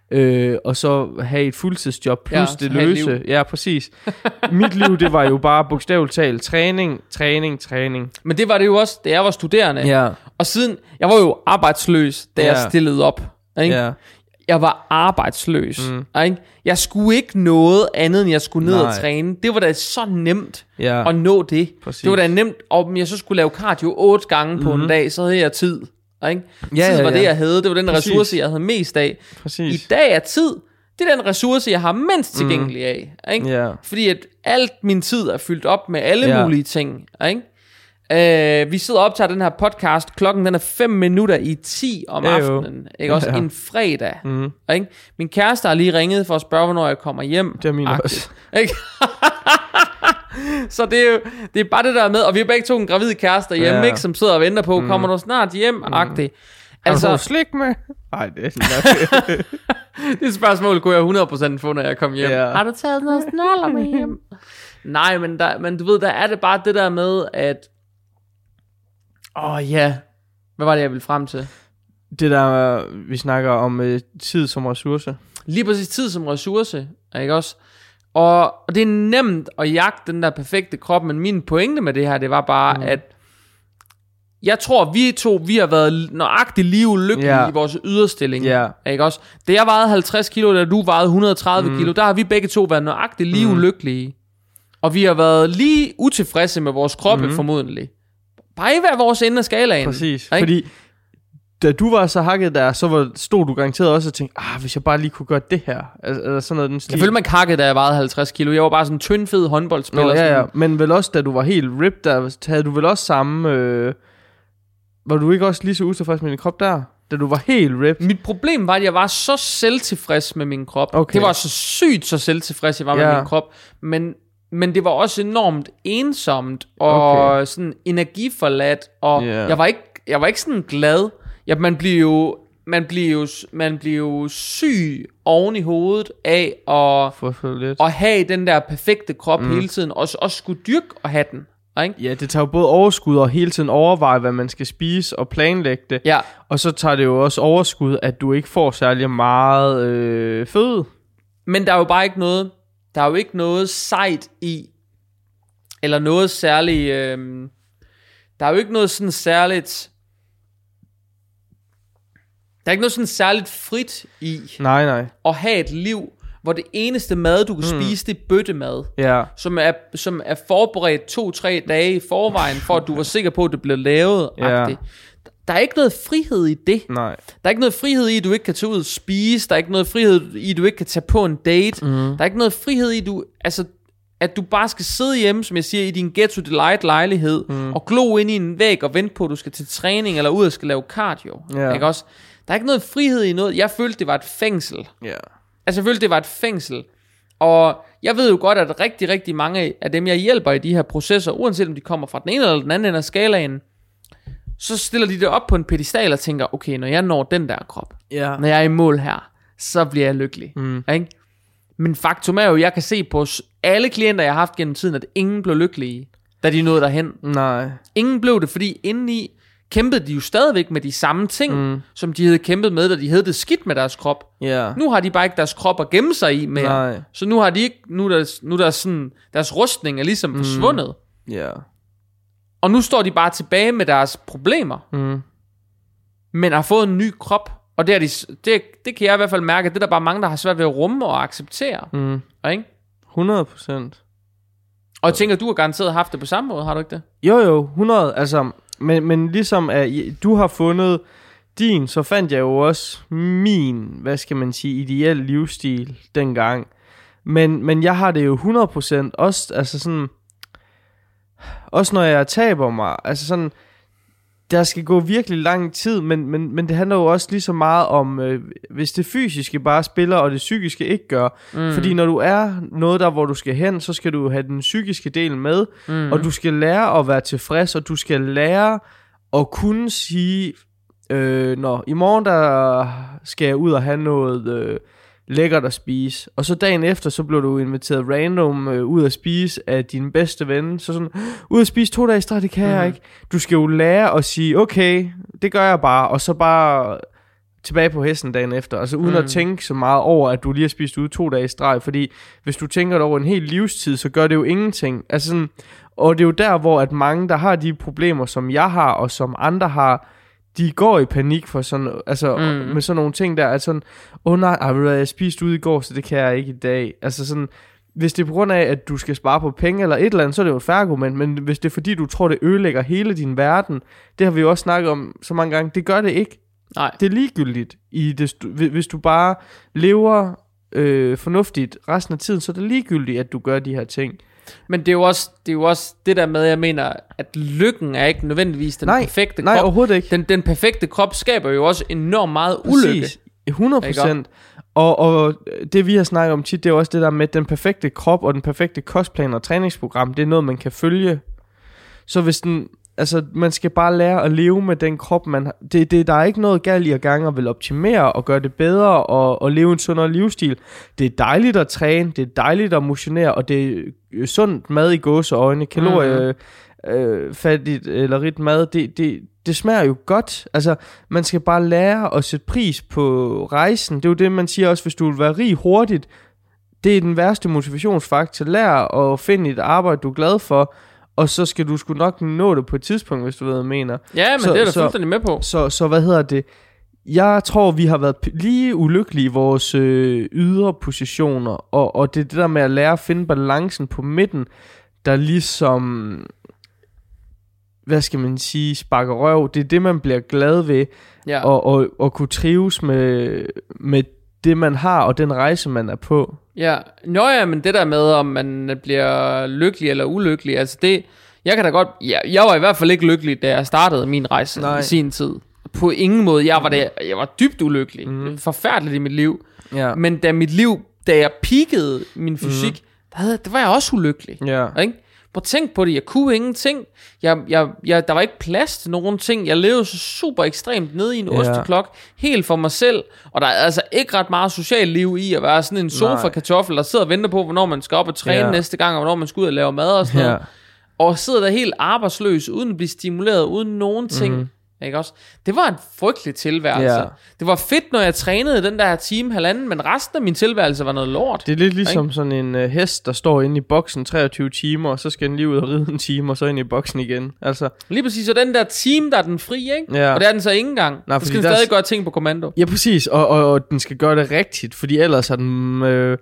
[SPEAKER 2] og så have et fuldtidsjob, plus det løse. Ja, præcis. Mit liv, det var jo bare bogstaveligt talt træning. Men
[SPEAKER 1] det var det jo også, da jeg var studerende.
[SPEAKER 2] Ja.
[SPEAKER 1] Og siden, jeg var jo arbejdsløs, da jeg stillede op. Ikke? Ja. Jeg var arbejdsløs. Ikke? Jeg skulle ikke noget andet, end jeg skulle ned og træne. Det var da så nemt at nå det. Præcis. Det var da nemt, om jeg så skulle lave cardio 8 gange på en dag, så havde jeg tid. Ikke? Tid var det, jeg havde. Det var den ressource, jeg havde mest af. Præcis. I dag er tid, det er den ressource, jeg har mindst tilgængelig af. Ikke? Fordi at alt min tid er fyldt op med alle mulige ting. Ikke? Vi sidder og optager den her podcast. Klokken den er 5 minutter i 10 om aftenen. Ikke? Også en fredag. Ikke? Min kæreste har lige ringet for at spørge, hvornår jeg kommer hjem.
[SPEAKER 2] Det er min også.
[SPEAKER 1] Ikke? Så det er bare det der med. Og vi er begge to en gravid kærester hjemme, ikke? Som sidder og venter på, kommer du snart hjem? Agtigt.
[SPEAKER 2] Altså, har du slik med? Nej, det er
[SPEAKER 1] det spørgsmål kunne jeg 100% få, når jeg kom hjem. Har du taget noget snoller med hjem? Nej, men du ved, der er det bare det der med, at hvad var det, jeg ville frem til?
[SPEAKER 2] Det der, vi snakker om tid som ressource.
[SPEAKER 1] Lige præcis tid som ressource, ikke også? Og det er nemt at jagte den der perfekte krop, men min pointe med det her, det var bare, at jeg tror, vi har været nøjagtigt lige ulykkelige i vores yderstilling. Ikke også? Da jeg vejede 50 kilo, da du vejede 130 kilo, der har vi begge to været nøjagtigt lige ulykkelige. Og vi har været lige utilfredse med vores kroppe, formodentlig. Bare i hver vores ende af skalaen.
[SPEAKER 2] Præcis, ikke? Fordi da du var så hakket der, så stod du garanteret også og tænkte, hvis jeg bare lige kunne gøre det her. Eller sådan noget den stil.
[SPEAKER 1] Jeg følte mig hakket, da jeg vejede 50 kilo. Jeg var bare sådan en tynd, fed håndboldspiller.
[SPEAKER 2] Ja. Men vel også, da du var helt ripped, der havde du vel også samme... var du ikke også lige så utilfreds med din krop der? Da du var helt ripped?
[SPEAKER 1] Mit problem var, at jeg var så selvtilfreds med min krop. Okay. Det var så sygt så selvtilfreds, jeg var med min krop. Men det var også enormt ensomt og sådan energiforladt, og jeg var ikke sådan glad. Man bliver jo syg oven i hovedet af at have den der perfekte krop hele tiden, og også skulle dyrke og have den. Ikke?
[SPEAKER 2] Ja, det tager jo både overskud og hele tiden overveje, hvad man skal spise og planlægge det. Ja. Og så tager det jo også overskud, at du ikke får særlig meget føde.
[SPEAKER 1] Men der er jo bare ikke noget. Der er jo ikke noget sejt i, eller noget særligt, der er jo ikke noget sådan særligt, der er ikke noget sådan særligt frit i, at have et liv, hvor det eneste mad, du kan spise, det er bøttemad, som er forberedt 2-3 dage i forvejen, for at du var sikker på, at det blev lavet. Der der er ikke noget frihed i det.
[SPEAKER 2] Nej.
[SPEAKER 1] Der er ikke noget frihed i, at du ikke kan tage ud og spise. Der er ikke noget frihed i, at du ikke kan tage på en date. Der er ikke noget frihed i, at du bare skal sidde hjemme, som jeg siger, i din Ghetto Delight lejlighed, og glo ind i en væg og vente på, at du skal til træning, eller ud og skal lave cardio. Ikke også? Der er ikke noget frihed i noget. Jeg følte, det var et fængsel. Altså, jeg følte, det var et fængsel. Og jeg ved jo godt, at rigtig, rigtig mange af dem, jeg hjælper i de her processer, uanset om de kommer fra den ene eller den anden ende af skalaen, så stiller de det op på en pedestal og tænker, okay, når jeg når den der krop, når jeg er i mål her, så bliver jeg lykkelig. Ikke? Men faktum er jo, jeg kan se på alle klienter, jeg har haft gennem tiden, at ingen blev lykkelige, da de nåede derhen.
[SPEAKER 2] Nej.
[SPEAKER 1] Ingen blev det, fordi indeni kæmpede de jo stadigvæk med de samme ting, som de havde kæmpet med, da de havde det skidt med deres krop. Nu har de bare ikke deres krop at gemme sig i mere.
[SPEAKER 2] Nej.
[SPEAKER 1] Så nu har de ikke, nu der sådan, deres rustning er ligesom forsvundet. Og nu står de bare tilbage med deres problemer, men har fået en ny krop. Og det kan jeg i hvert fald mærke, at det er der bare mange, der har svært ved at rumme og acceptere. Ikke?
[SPEAKER 2] 100%.
[SPEAKER 1] Og jeg tænker, du har garanteret haft det på samme måde, har du ikke det?
[SPEAKER 2] Jo, 100. Altså, men ligesom at du har fundet din, så fandt jeg jo også min, hvad skal man sige, ideel livsstil dengang. Men jeg har det jo 100% også, altså sådan, også når jeg taber mig, altså sådan, der skal gå virkelig lang tid, men det handler jo også lige så meget om, hvis det fysiske bare spiller, og det psykiske ikke gør. Fordi når du er noget der, hvor du skal hen, så skal du have den psykiske del med, og du skal lære at være tilfreds, og du skal lære at kunne sige, i morgen der skal jeg ud og have noget lækkert at spise, og så dagen efter, så blev du inviteret random ud at spise af din bedste ven, så sådan, ud at spise 2 dage i streg, det kan jeg ikke. Du skal jo lære at sige, okay, det gør jeg bare, og så bare tilbage på hesten dagen efter, altså uden at tænke så meget over, at du lige har spist ude 2 dage i streg, fordi hvis du tænker det over en hel livstid, så gør det jo ingenting, altså sådan, og det er jo der, hvor at mange, der har de problemer, som jeg har, og som andre har, de går i panik for sådan, altså med sådan nogle ting der, altså sådan, nej, jeg spiste ude i går, så det kan jeg ikke i dag. Altså sådan, hvis det er på grund af, at du skal spare på penge eller et eller andet, så er det jo et fair argument, men hvis det er fordi, du tror, det ødelægger hele din verden, det har vi jo også snakket om så mange gange, det gør det ikke. Nej. Det er ligegyldigt, hvis du bare lever fornuftigt resten af tiden, så er det ligegyldigt, at du gør de her ting.
[SPEAKER 1] Men det er jo også det der med, jeg mener, at lykken er ikke nødvendigvis den perfekte krop.
[SPEAKER 2] Nej, overhovedet ikke.
[SPEAKER 1] Den perfekte krop skaber jo også enormt meget ulykke.
[SPEAKER 2] Præcis, 100%. Og det vi har snakket om tit, det er også det der med den perfekte krop og den perfekte kostplan og træningsprogram. Det er noget, man kan følge. Så hvis man skal bare lære at leve med den krop, man har. Der er ikke noget galt i at gange og vil optimere og gøre det bedre og leve en sundere livsstil. Det er dejligt at træne, det er dejligt at motionere, og det er sundt mad i gåseøjne, kaloriefattigt eller rigt mad, det smager jo godt. Altså, man skal bare lære at sætte pris på rejsen. Det er jo det, man siger også, hvis du vil være rig hurtigt, det er den værste motivationsfaktor. Lær at finde et arbejde, du er glad for, og så skal du sgu nok nå det på et tidspunkt, hvis du ved, hvad jeg mener.
[SPEAKER 1] Ja, men det er du fuldstændig med på.
[SPEAKER 2] Så hvad hedder det? Jeg tror, vi har været lige ulykkelige i vores ydre positioner, og det er det der med at lære at finde balancen på midten, der ligesom, hvad skal man sige, sparker røv. Det er det, man bliver glad ved, og kunne trives med det, man har, og den rejse, man er på.
[SPEAKER 1] Ja, men det der med, om man bliver lykkelig eller ulykkelig, altså det, jeg kan da godt, jeg var i hvert fald ikke lykkelig, da jeg startede min rejse i sin tid. På ingen måde, jeg var dybt ulykkelig, forfærdeligt i mit liv, men da jeg peakede min fysik, der var jeg også ulykkelig, ikke? Prøv at tænk på det, jeg kunne ingenting, der var ikke plads til nogen ting, jeg levede så super ekstremt nede i en osteklok, helt for mig selv, og der er altså ikke ret meget socialt liv i at være sådan en sofa-kartoffel, der sidder og venter på, hvornår man skal op og træne næste gang, og hvornår man skal ud og lave mad og sådan noget, og sidder der helt arbejdsløs, uden at blive stimuleret, uden nogen ting. Ikke også? Det var en frygtelig tilværelse. Det var fedt, når jeg trænede den der time halvanden, men resten af min tilværelse var noget lort.
[SPEAKER 2] Det er lidt ligesom sådan en hest, der står inde i boksen 23 timer, og så skal den lige ud og ride en time, og så ind i boksen igen. Altså.
[SPEAKER 1] Lige præcis, og den der time, der er den fri, ikke? Og det er den så ikke engang. Nej, så skal den stadig gøre ting på kommando.
[SPEAKER 2] Ja, præcis, og den skal gøre det rigtigt, fordi ellers er den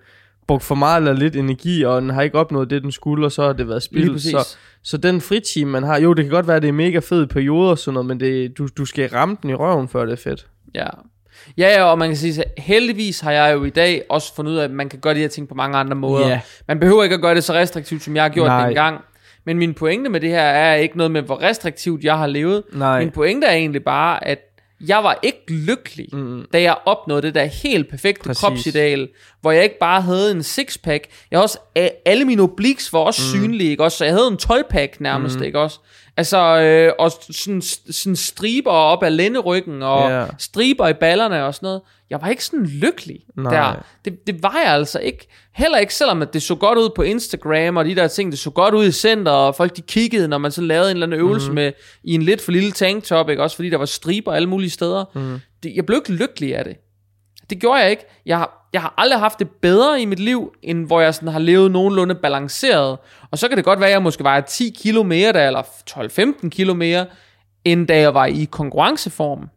[SPEAKER 2] brugt for meget eller lidt energi, og den har ikke opnået det, den skulle, og så har det været spildt. Så den fritime, man har, jo, det kan godt være, at det er mega fed i perioder og sådan noget, men du skal ramme den i røven, før det er fedt.
[SPEAKER 1] Ja, og man kan sige, at heldigvis har jeg jo i dag også fundet ud af, at man kan gøre de her ting på mange andre måder. Yeah. Man behøver ikke at gøre det så restriktivt, som jeg har gjort dengang. Men min pointe med det her er ikke noget med, hvor restriktivt jeg har levet. Nej. Min pointe er egentlig bare, at jeg var ikke lykkelig, da jeg opnåede det der helt perfekte kropsideal, hvor jeg ikke bare havde en sixpack. Jeg også, alle mine obliques var også synlige, ikke også? Så jeg havde en 12-pack nærmest, ikke også? Altså, og sådan striber op ad lænderyggen, og striber i ballerne og sådan noget. Jeg var ikke sådan lykkelig der. Det var jeg altså ikke. Heller ikke, selvom at det så godt ud på Instagram, og de der ting, det så godt ud i center, og folk de kiggede, når man så lavede en eller anden øvelse med, i en lidt for lille tanktop, ikke? Også fordi der var striber alle mulige steder. Jeg blev ikke lykkelig af det. Det gjorde jeg ikke. Jeg har aldrig haft det bedre i mit liv, end hvor jeg sådan har levet nogenlunde balanceret. Og så kan det godt være, at jeg måske vejer 10 kilo mere der, eller 12-15 kilo mere, end da jeg var i konkurrenceform.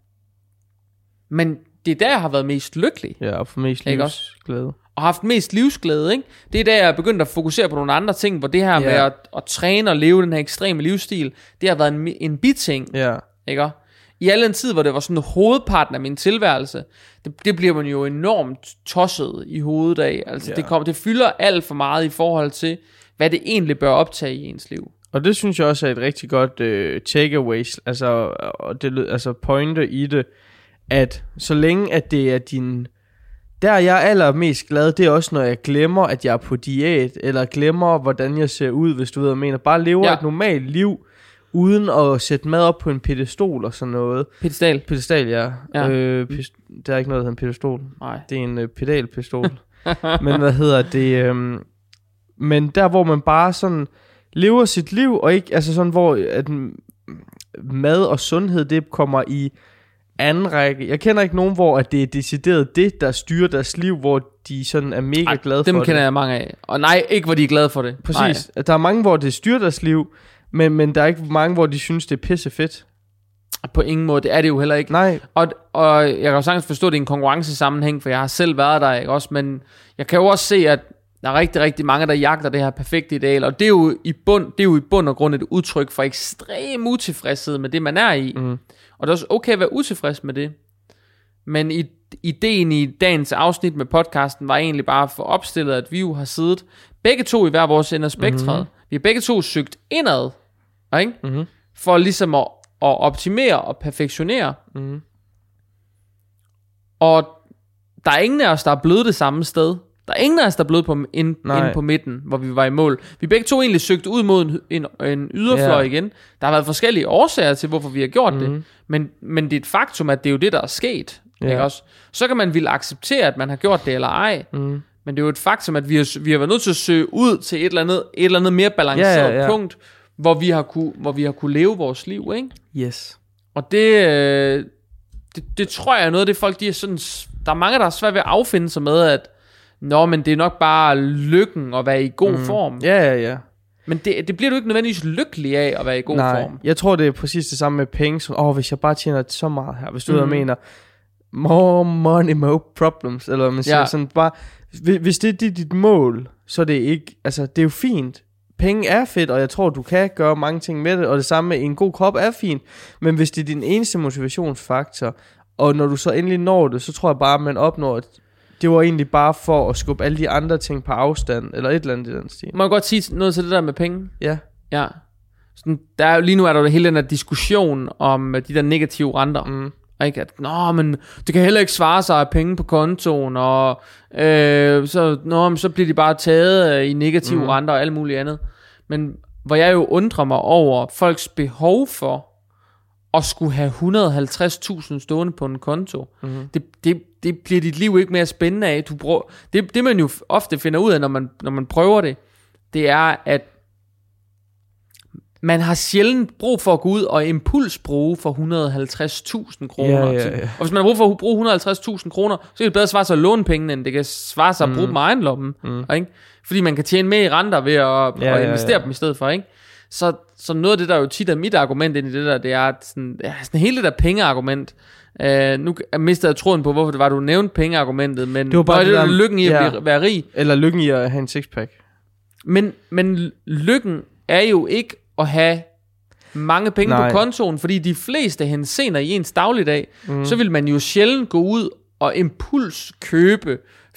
[SPEAKER 1] Men det er der, jeg har været mest lykkelig.
[SPEAKER 2] Ja, og for mest livsglæde.
[SPEAKER 1] Og haft mest livsglæde, ikke? Det er der, jeg er begyndt at fokusere på nogle andre ting, hvor det her med at træne og leve den her ekstreme livsstil, det har været en biting, ikke? I alle en tid, hvor det var sådan hovedparten af min tilværelse, det bliver man jo enormt tosset i hovedet af. Altså det fylder alt for meget i forhold til, hvad det egentlig bør optage i ens liv.
[SPEAKER 2] Og det synes jeg også er et rigtig godt takeaways, altså pointe i det, at så længe at det er din... Der jeg er allermest glad, det er også når jeg glemmer, at jeg er på diæt, eller glemmer, hvordan jeg ser ud, hvis du ved, hvad jeg mener. Bare lever et normalt liv, uden at sætte mad op på en pedestal og sådan noget. Pedestal, ja. Der er ikke noget, der hedder en pedestal.
[SPEAKER 1] Nej.
[SPEAKER 2] Det er en pedalpistol. Men hvad hedder det? Men der, hvor man bare sådan lever sit liv, og ikke, altså sådan, hvor at mad og sundhed, det kommer i anden række. Jeg kender ikke nogen, hvor at det er decideret det, der styrer deres liv, hvor de sådan er mega glade for det.
[SPEAKER 1] Dem kender jeg mange af. Og nej, ikke hvor de er glade for det.
[SPEAKER 2] Præcis. Der er mange, hvor det styrer deres liv, men der er ikke mange, hvor de synes, det er pisse fedt.
[SPEAKER 1] På ingen måde, det er det jo heller ikke.
[SPEAKER 2] Nej.
[SPEAKER 1] Og jeg kan jo sagtens forstå, at det er en konkurrencesammenhæng, for jeg har selv været der, ikke også? Men jeg kan jo også se, at der er rigtig, rigtig mange, der jagter det her perfekte ideal, og det er jo i bund og grund et udtryk for ekstrem utilfredshed med det, man er i. Og det er også okay at være utilfreds med det. Men ideen i dagens afsnit med podcasten var egentlig bare for opstillet, at vi jo har siddet begge to i hver vores ende af spektret. Vi har begge to søgt indad, ikke? For ligesom at optimere og perfektionere. Og der er ingen af os, der er blevet det samme sted. Der er ingen af os, der er blevet inde på midten, hvor vi var i mål. Vi begge to egentlig søgte ud mod en yderfløj igen. Der har været forskellige årsager til, hvorfor vi har gjort det. Men det er et faktum, at det er jo det, der er sket. Ikke også? Så kan man ville acceptere, at man har gjort det eller ej. Men det er jo et faktum, at vi har været nødt til at søge ud til et eller andet mere balanceret punkt, hvor vi har kunne leve vores liv, ikke?
[SPEAKER 2] Yes.
[SPEAKER 1] Og det tror jeg er noget af det folk, de er sådan... Der er mange, der er svært ved at affinde sig med, at men det er nok bare lykken at være i god form.
[SPEAKER 2] Ja.
[SPEAKER 1] Men det bliver du ikke nødvendigvis lykkelig af at være i god form.
[SPEAKER 2] Jeg tror, det er præcis det samme med penge. Som, hvis jeg bare tjener så meget her. Hvis du hvad mener, more money, more problems. Eller man siger sådan bare... Hvis det er dit mål, så er det ikke... Altså, det er jo fint. Penge er fedt, og jeg tror, du kan gøre mange ting med det. Og det samme med en god krop er fint. Men hvis det er din eneste motivationsfaktor, og når du så endelig når det, så tror jeg bare, at man opnår... Det var egentlig bare for at skubbe alle de andre ting på afstand, eller et eller andet i den stil.
[SPEAKER 1] Må jeg godt sige noget til det der med penge?
[SPEAKER 2] Ja.
[SPEAKER 1] Sådan, lige nu er der hele den der diskussion om de der negative renter. Ikke? At, men det kan heller ikke svare sig af penge på kontoen, og så bliver de bare taget i negative renter og alt muligt andet. Men hvor jeg jo undrer mig over folks behov for at skulle have 150.000 stående på en konto. Det bliver dit liv ikke mere spændende af. Det man jo ofte finder ud af, når man prøver det, det er, at man har sjældent brug for at gå ud og impulsbruge for 150.000 kroner. Og hvis man har brug for at bruge 150.000 kroner, så er det bedre at svare sig at låne pengene, end det kan svare sig at bruge dem af egen lomme. Ikke? Fordi man kan tjene mere i renter ved at investere dem i stedet for. Ikke? Så noget af det, der jo tit er mit argument ind i det der, det er, at sådan hele det der pengeargument, nu mister jeg tråden på, hvorfor det var, du nævnte pengeargumentet, men
[SPEAKER 2] det var bare
[SPEAKER 1] det der lykken i at være rig.
[SPEAKER 2] Eller lykken i at have en sixpack.
[SPEAKER 1] Men lykken er jo ikke at have mange penge på kontoen, fordi de fleste henseender i ens dagligdag, så vil man jo sjældent gå ud og impulskøbe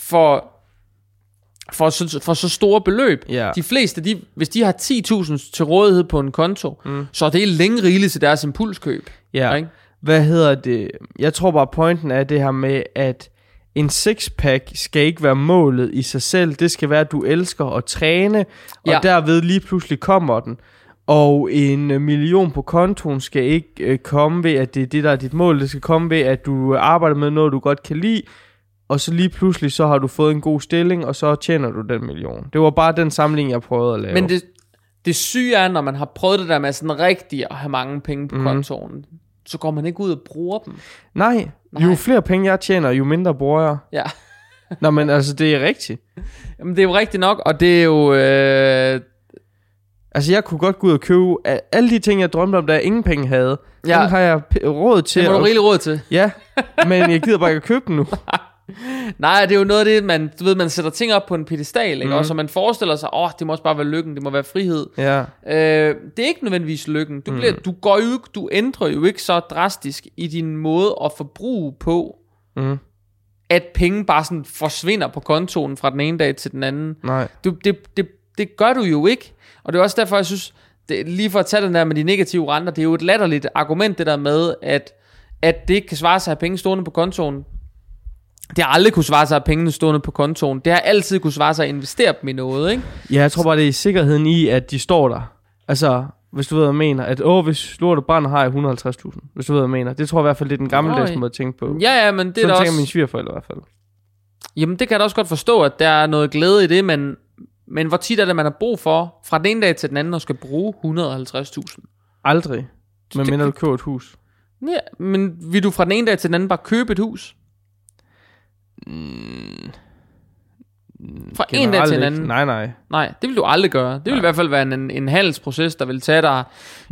[SPEAKER 1] for så store beløb. De fleste, hvis de har 10.000 til rådighed på en konto, så er det længe rigeligt til deres impulskøb. Ikke?
[SPEAKER 2] Hvad hedder det? Jeg tror bare, pointen er det her med, at en sixpack skal ikke være målet i sig selv. Det skal være, at du elsker at træne, og derved lige pludselig kommer den. Og 1 million på kontoen skal ikke komme ved, at det er det, der er dit mål. Det skal komme ved, at du arbejder med noget, du godt kan lide, og så lige pludselig så har du fået en god stilling, og så tjener du den million. Det var bare den sammenligning, jeg prøvede at lave.
[SPEAKER 1] Men det syge er, når man har prøvet det der med sådan rigtigt at have mange penge på kontoen, så går man ikke ud og bruger dem.
[SPEAKER 2] Nej. Jo flere penge jeg tjener, jo mindre bruger jeg.
[SPEAKER 1] Ja.
[SPEAKER 2] Nå, men altså, det er rigtigt.
[SPEAKER 1] Jamen, det er jo rigtigt nok, og det er jo...
[SPEAKER 2] Altså, jeg kunne godt gå ud og købe alle de ting, jeg drømte om, da jeg ingen penge havde. Dem har jeg råd til.
[SPEAKER 1] Det har du rigeligt råd til.
[SPEAKER 2] Ja, men jeg gider bare ikke at købe dem nu.
[SPEAKER 1] Nej, det er jo noget af det, man sætter ting op på en pedestal, ikke? Og så man forestiller sig, det må også bare være lykken, det må være frihed.
[SPEAKER 2] Ja.
[SPEAKER 1] Det er ikke nødvendigvis lykken. Du ændrer jo ikke så drastisk i din måde at forbruge på, at penge bare sådan forsvinder på kontoen fra den ene dag til den anden.
[SPEAKER 2] Nej.
[SPEAKER 1] Det gør du jo ikke. Og det er også derfor, jeg synes, lige for at tage den der med de negative renter, det er jo et latterligt argument, det der med, at det ikke kan svare sig at have penge stående på kontoen. Det har aldrig kunne svare sig at have pengene stående på kontoen. Det har altid kunne svare sig at investere dem i noget, ikke?
[SPEAKER 2] Ja, jeg tror bare, det er sikkerheden i, at de står der. Altså, hvis du ved, hvad jeg mener. At, hvis lortet brænder, har jeg 150.000. Hvis du ved, hvad jeg mener. Det tror jeg i hvert fald, det er den gammeldags måde at tænke på.
[SPEAKER 1] Ja, men det er
[SPEAKER 2] da også...
[SPEAKER 1] tænker
[SPEAKER 2] mine svigerforældre i hvert fald.
[SPEAKER 1] Jamen, det kan jeg da også godt forstå, at der er noget glæde i det, men hvor tit er det, man har brug for, fra den ene dag til den anden, og skal bruge 150.000?
[SPEAKER 2] Aldrig. Men mindre du køber et hus.
[SPEAKER 1] Ja, men vil du fra den ene dag til den anden bare købe et hus? Fra en dag til en anden? Nej, det vil du aldrig gøre. Det vil i hvert fald være en handelsproces, der vil tage dig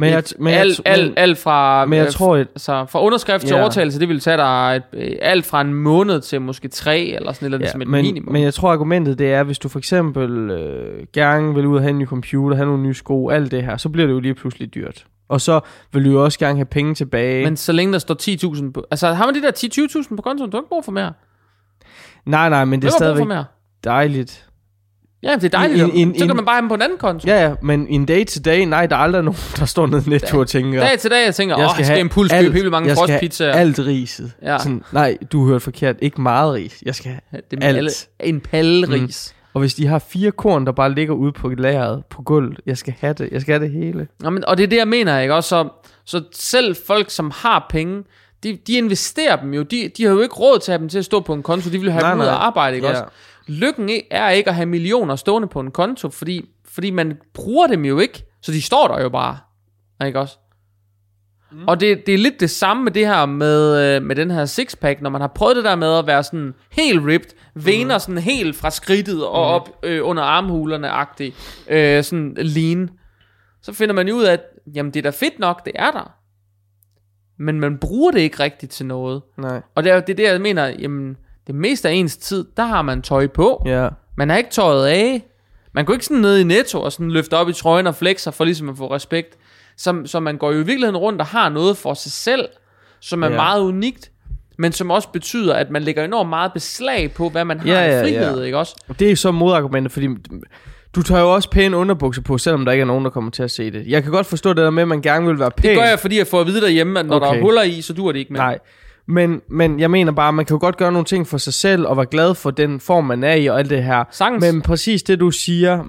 [SPEAKER 1] alt fra fra underskrift til overtagelse. Det vil tage dig alt fra en måned til måske 3 eller sådan noget som et minimum.
[SPEAKER 2] Men jeg tror argumentet det er, hvis du for eksempel gerne vil ud og have en ny computer, have nogle nye sko, alt det her, så bliver det jo lige pludselig dyrt. Og så vil du jo også gerne have penge tilbage.
[SPEAKER 1] Men så længe der står 10.000 på, altså har man de der 10-20.000 på kontoen, du har ikke brug for mere.
[SPEAKER 2] Nej, men det er stadigvæk dejligt.
[SPEAKER 1] Ja, det er dejligt. Så kan man bare have dem på en anden konto.
[SPEAKER 2] Ja, men en day to day, nej, der er aldrig nogen, der står nede i Netto og tænker...
[SPEAKER 1] Dag til dag, jeg tænker, jeg skal impulskøbe helt mange frostpizzaer.
[SPEAKER 2] Jeg skal have alt riset. Ja. Sådan, nej, du hørte forkert. Ikke meget ris. Jeg skal have alt.
[SPEAKER 1] En palle ris.
[SPEAKER 2] Og hvis de har 4 korn, der bare ligger ude på lageret på gulvet, jeg skal have det. Jeg skal have det hele.
[SPEAKER 1] Jamen, og det er det, jeg mener, ikke? Også så selv folk, som har penge, de investerer dem jo. De har jo ikke råd til at have dem til at stå på en konto. De vil have dem ud og arbejde, ikke også? Lykken er ikke at have millioner stående på en konto, fordi man bruger dem jo ikke, så de står der jo bare, ikke også? Og det er lidt det samme med det her med den her sixpack, når man har prøvet det der med at være sådan helt ripped, vener sådan helt fra skridtet og op under armhulerne-agtig, sådan lean, så finder man ud af, at jamen det er da fedt nok, det er der, men man bruger det ikke rigtigt til noget.
[SPEAKER 2] Nej.
[SPEAKER 1] Og det er det, jeg mener, jamen det meste af ens tid, der har man tøj på.
[SPEAKER 2] Ja.
[SPEAKER 1] Man er ikke tøjet af. Man går ikke sådan ned i Netto og sådan løfter op i trøjen og flexer for ligesom at få respekt. Så man går jo i virkeligheden rundt og har noget for sig selv, som er meget unikt, men som også betyder, at man lægger enormt meget beslag på, hvad man har i frihed, ikke også?
[SPEAKER 2] Det er så modargumentet, fordi du tager jo også pæne underbukser på, selvom der ikke er nogen, der kommer til at se det. Jeg kan godt forstå det der med, at man gerne vil være pæn.
[SPEAKER 1] Det gør jeg, fordi jeg får at vide derhjemme, at når der er huller i, så duer det ikke mere.
[SPEAKER 2] Nej. Men jeg mener bare, man kan jo godt gøre nogle ting for sig selv, og være glad for den form, man er i, og alt det her.
[SPEAKER 1] Sagtens.
[SPEAKER 2] Men præcis det, du siger,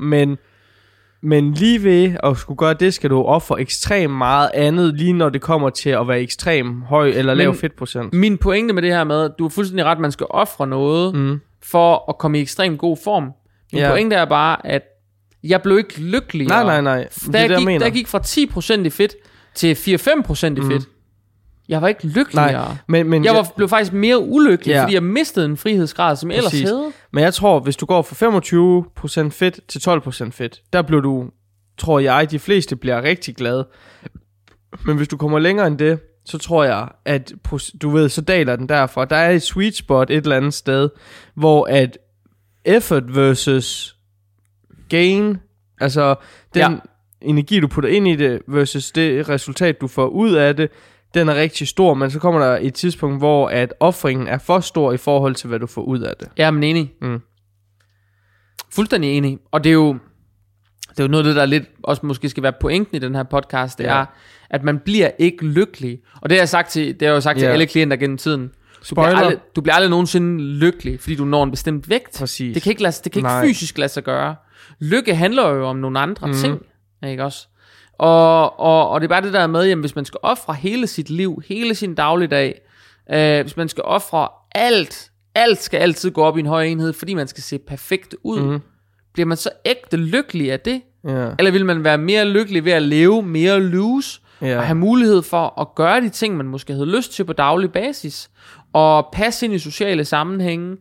[SPEAKER 2] men lige ved at skulle gøre det, skal du ofre ekstremt meget andet, lige når det kommer til at være ekstrem høj eller lav fedtprocent.
[SPEAKER 1] Min pointe med det her med, du er fuldstændig ret, man skal ofre noget, for at komme i ekstremt god form. Min pointe er bare, at jeg blev ikke lykkelig.
[SPEAKER 2] Nej.
[SPEAKER 1] Der gik fra 10% i fedt til 4-5% i fedt. Jeg var ikke lykkeligere.
[SPEAKER 2] Men
[SPEAKER 1] blev faktisk mere ulykkelig, fordi jeg mistede en frihedsgrad, som jeg ellers havde.
[SPEAKER 2] Men jeg tror, hvis du går fra 25% fedt til 12% fedt, der blev du tror jeg, de fleste bliver rigtig glade. Men hvis du kommer længere end det, så tror jeg, at du ved, så daler den derfra. Der er et sweet spot et eller andet sted, hvor at effort versus gain, altså den energi, du putter ind i det, versus det resultat, du får ud af det, den er rigtig stor, men så kommer der et tidspunkt, hvor at offringen er for stor i forhold til, hvad du får ud af det.
[SPEAKER 1] Ja, men enig. Fuldstændig enig. Og det er jo noget af det, der lidt også måske skal være pointen i den her podcast, det er, at man bliver ikke lykkelig. Og det har jeg jo sagt til alle klienter gennem tiden. Du bliver aldrig nogensinde lykkelig, fordi du når en bestemt vægt.
[SPEAKER 2] Præcis.
[SPEAKER 1] Det kan ikke fysisk lade sig gøre. Lykke handler jo om nogle andre ting, ikke også? Og det er bare det der med, jamen, hvis man skal ofre hele sit liv, hele sin dagligdag, hvis man skal ofre alt skal altid gå op i en høj enhed, fordi man skal se perfekt ud. Bliver man så ægte lykkelig af det? Eller vil man være mere lykkelig ved at leve mere loose, og have mulighed for at gøre de ting, man måske havde lyst til på daglig basis, og passe ind i sociale sammenhænge?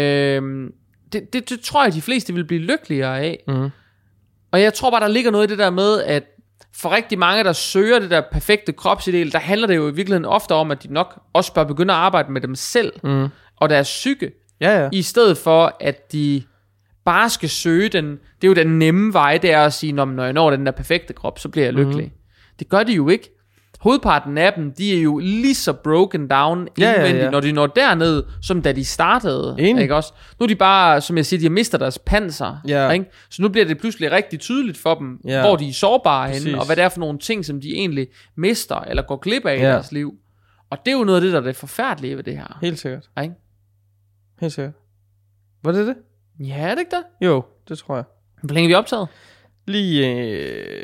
[SPEAKER 1] Det tror jeg, de fleste vil blive lykkeligere af. Og jeg tror bare, der ligger noget i det der med, at for rigtig mange, der søger det der perfekte kropsideal, der handler det jo i virkeligheden ofte om, at de nok også bør begynde at arbejde med dem selv, og deres psyke, i stedet for, at de bare skal søge den. Det er jo den nemme vej, det er at sige, når jeg når den der perfekte krop, så bliver jeg lykkelig. Det gør de jo ikke. Hovedparten af dem, de er jo lige så broken down indvendigt, når de når derned, som da de startede. Ikke også? Nu er de bare, som jeg siger, de har mistet deres panser. Ikke? Så nu bliver det pludselig rigtig tydeligt for dem, hvor de er sårbare henne, og hvad det er for nogle ting, som de egentlig mister, eller går glip af i deres liv. Og det er jo noget af det, der er det forfærdelige ved det her.
[SPEAKER 2] Helt sikkert.
[SPEAKER 1] Ikke?
[SPEAKER 2] Helt sikkert. Var det det?
[SPEAKER 1] Ja, er det ikke det?
[SPEAKER 2] Jo, det tror jeg.
[SPEAKER 1] Hvor længe er vi optaget?
[SPEAKER 2] Lige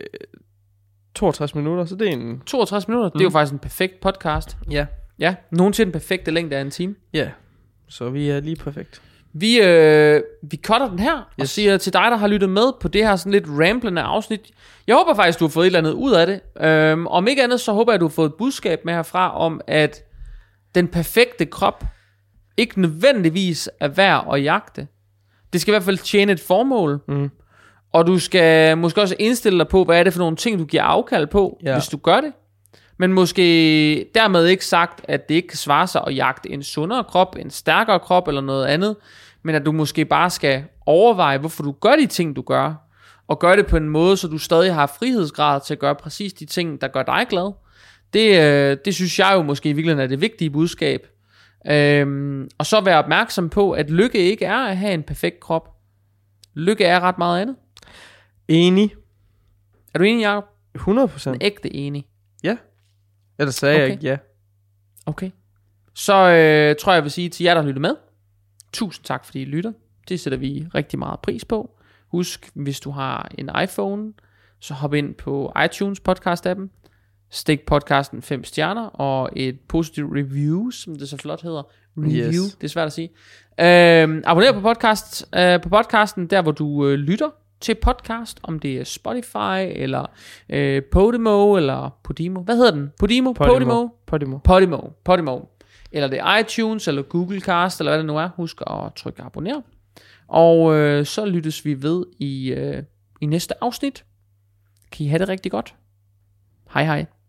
[SPEAKER 2] 62 minutter, så det er en...
[SPEAKER 1] 62 minutter? Det er jo faktisk en perfekt podcast. Ja, nogensinde den perfekte længde af en time.
[SPEAKER 2] Ja, så vi er lige perfekt.
[SPEAKER 1] Vi cutter den her, og siger til dig, der har lyttet med på det her sådan lidt ramblende afsnit. Jeg håber faktisk, du har fået et eller andet ud af det. Om ikke andet, så håber jeg, du har fået et budskab med herfra, om at den perfekte krop ikke nødvendigvis er værd at jagte. Det skal i hvert fald tjene et formål. Og du skal måske også indstille dig på, hvad er det for nogle ting, du giver afkald på, hvis du gør det. Men måske dermed ikke sagt, at det ikke kan svare sig at jagte en sundere krop, en stærkere krop eller noget andet. Men at du måske bare skal overveje, hvorfor du gør de ting, du gør. Og gør det på en måde, så du stadig har frihedsgrad til at gøre præcis de ting, der gør dig glad. Det synes jeg jo måske i virkeligheden er det vigtige budskab. Og så være opmærksom på, at lykke ikke er at have en perfekt krop. Lykke er ret meget andet.
[SPEAKER 2] Enig.
[SPEAKER 1] Er du enig, Jacob?
[SPEAKER 2] 100%.
[SPEAKER 1] En ægte enig.
[SPEAKER 2] Ja. Ellers sagde jeg ikke ja.
[SPEAKER 1] Okay. Så tror jeg vil sige til jer, der lytter med, tusind tak fordi I lytter. Det sætter vi rigtig meget pris på. Husk, hvis du har en iPhone, så hop ind på iTunes podcast appen, stik podcasten 5 stjerner og et positivt review, som det så flot hedder. Review, det er svært at sige. Abonner på podcasten, der hvor du lytter til podcast, om det er Spotify eller Podimo eller Podimo. Hvad hedder den? Podimo. Eller det er iTunes eller Google Cast eller hvad det nu er. Husk at trykke abonner. Og så lyttes vi ved i næste afsnit. Kan I have det rigtig godt. Hej hej.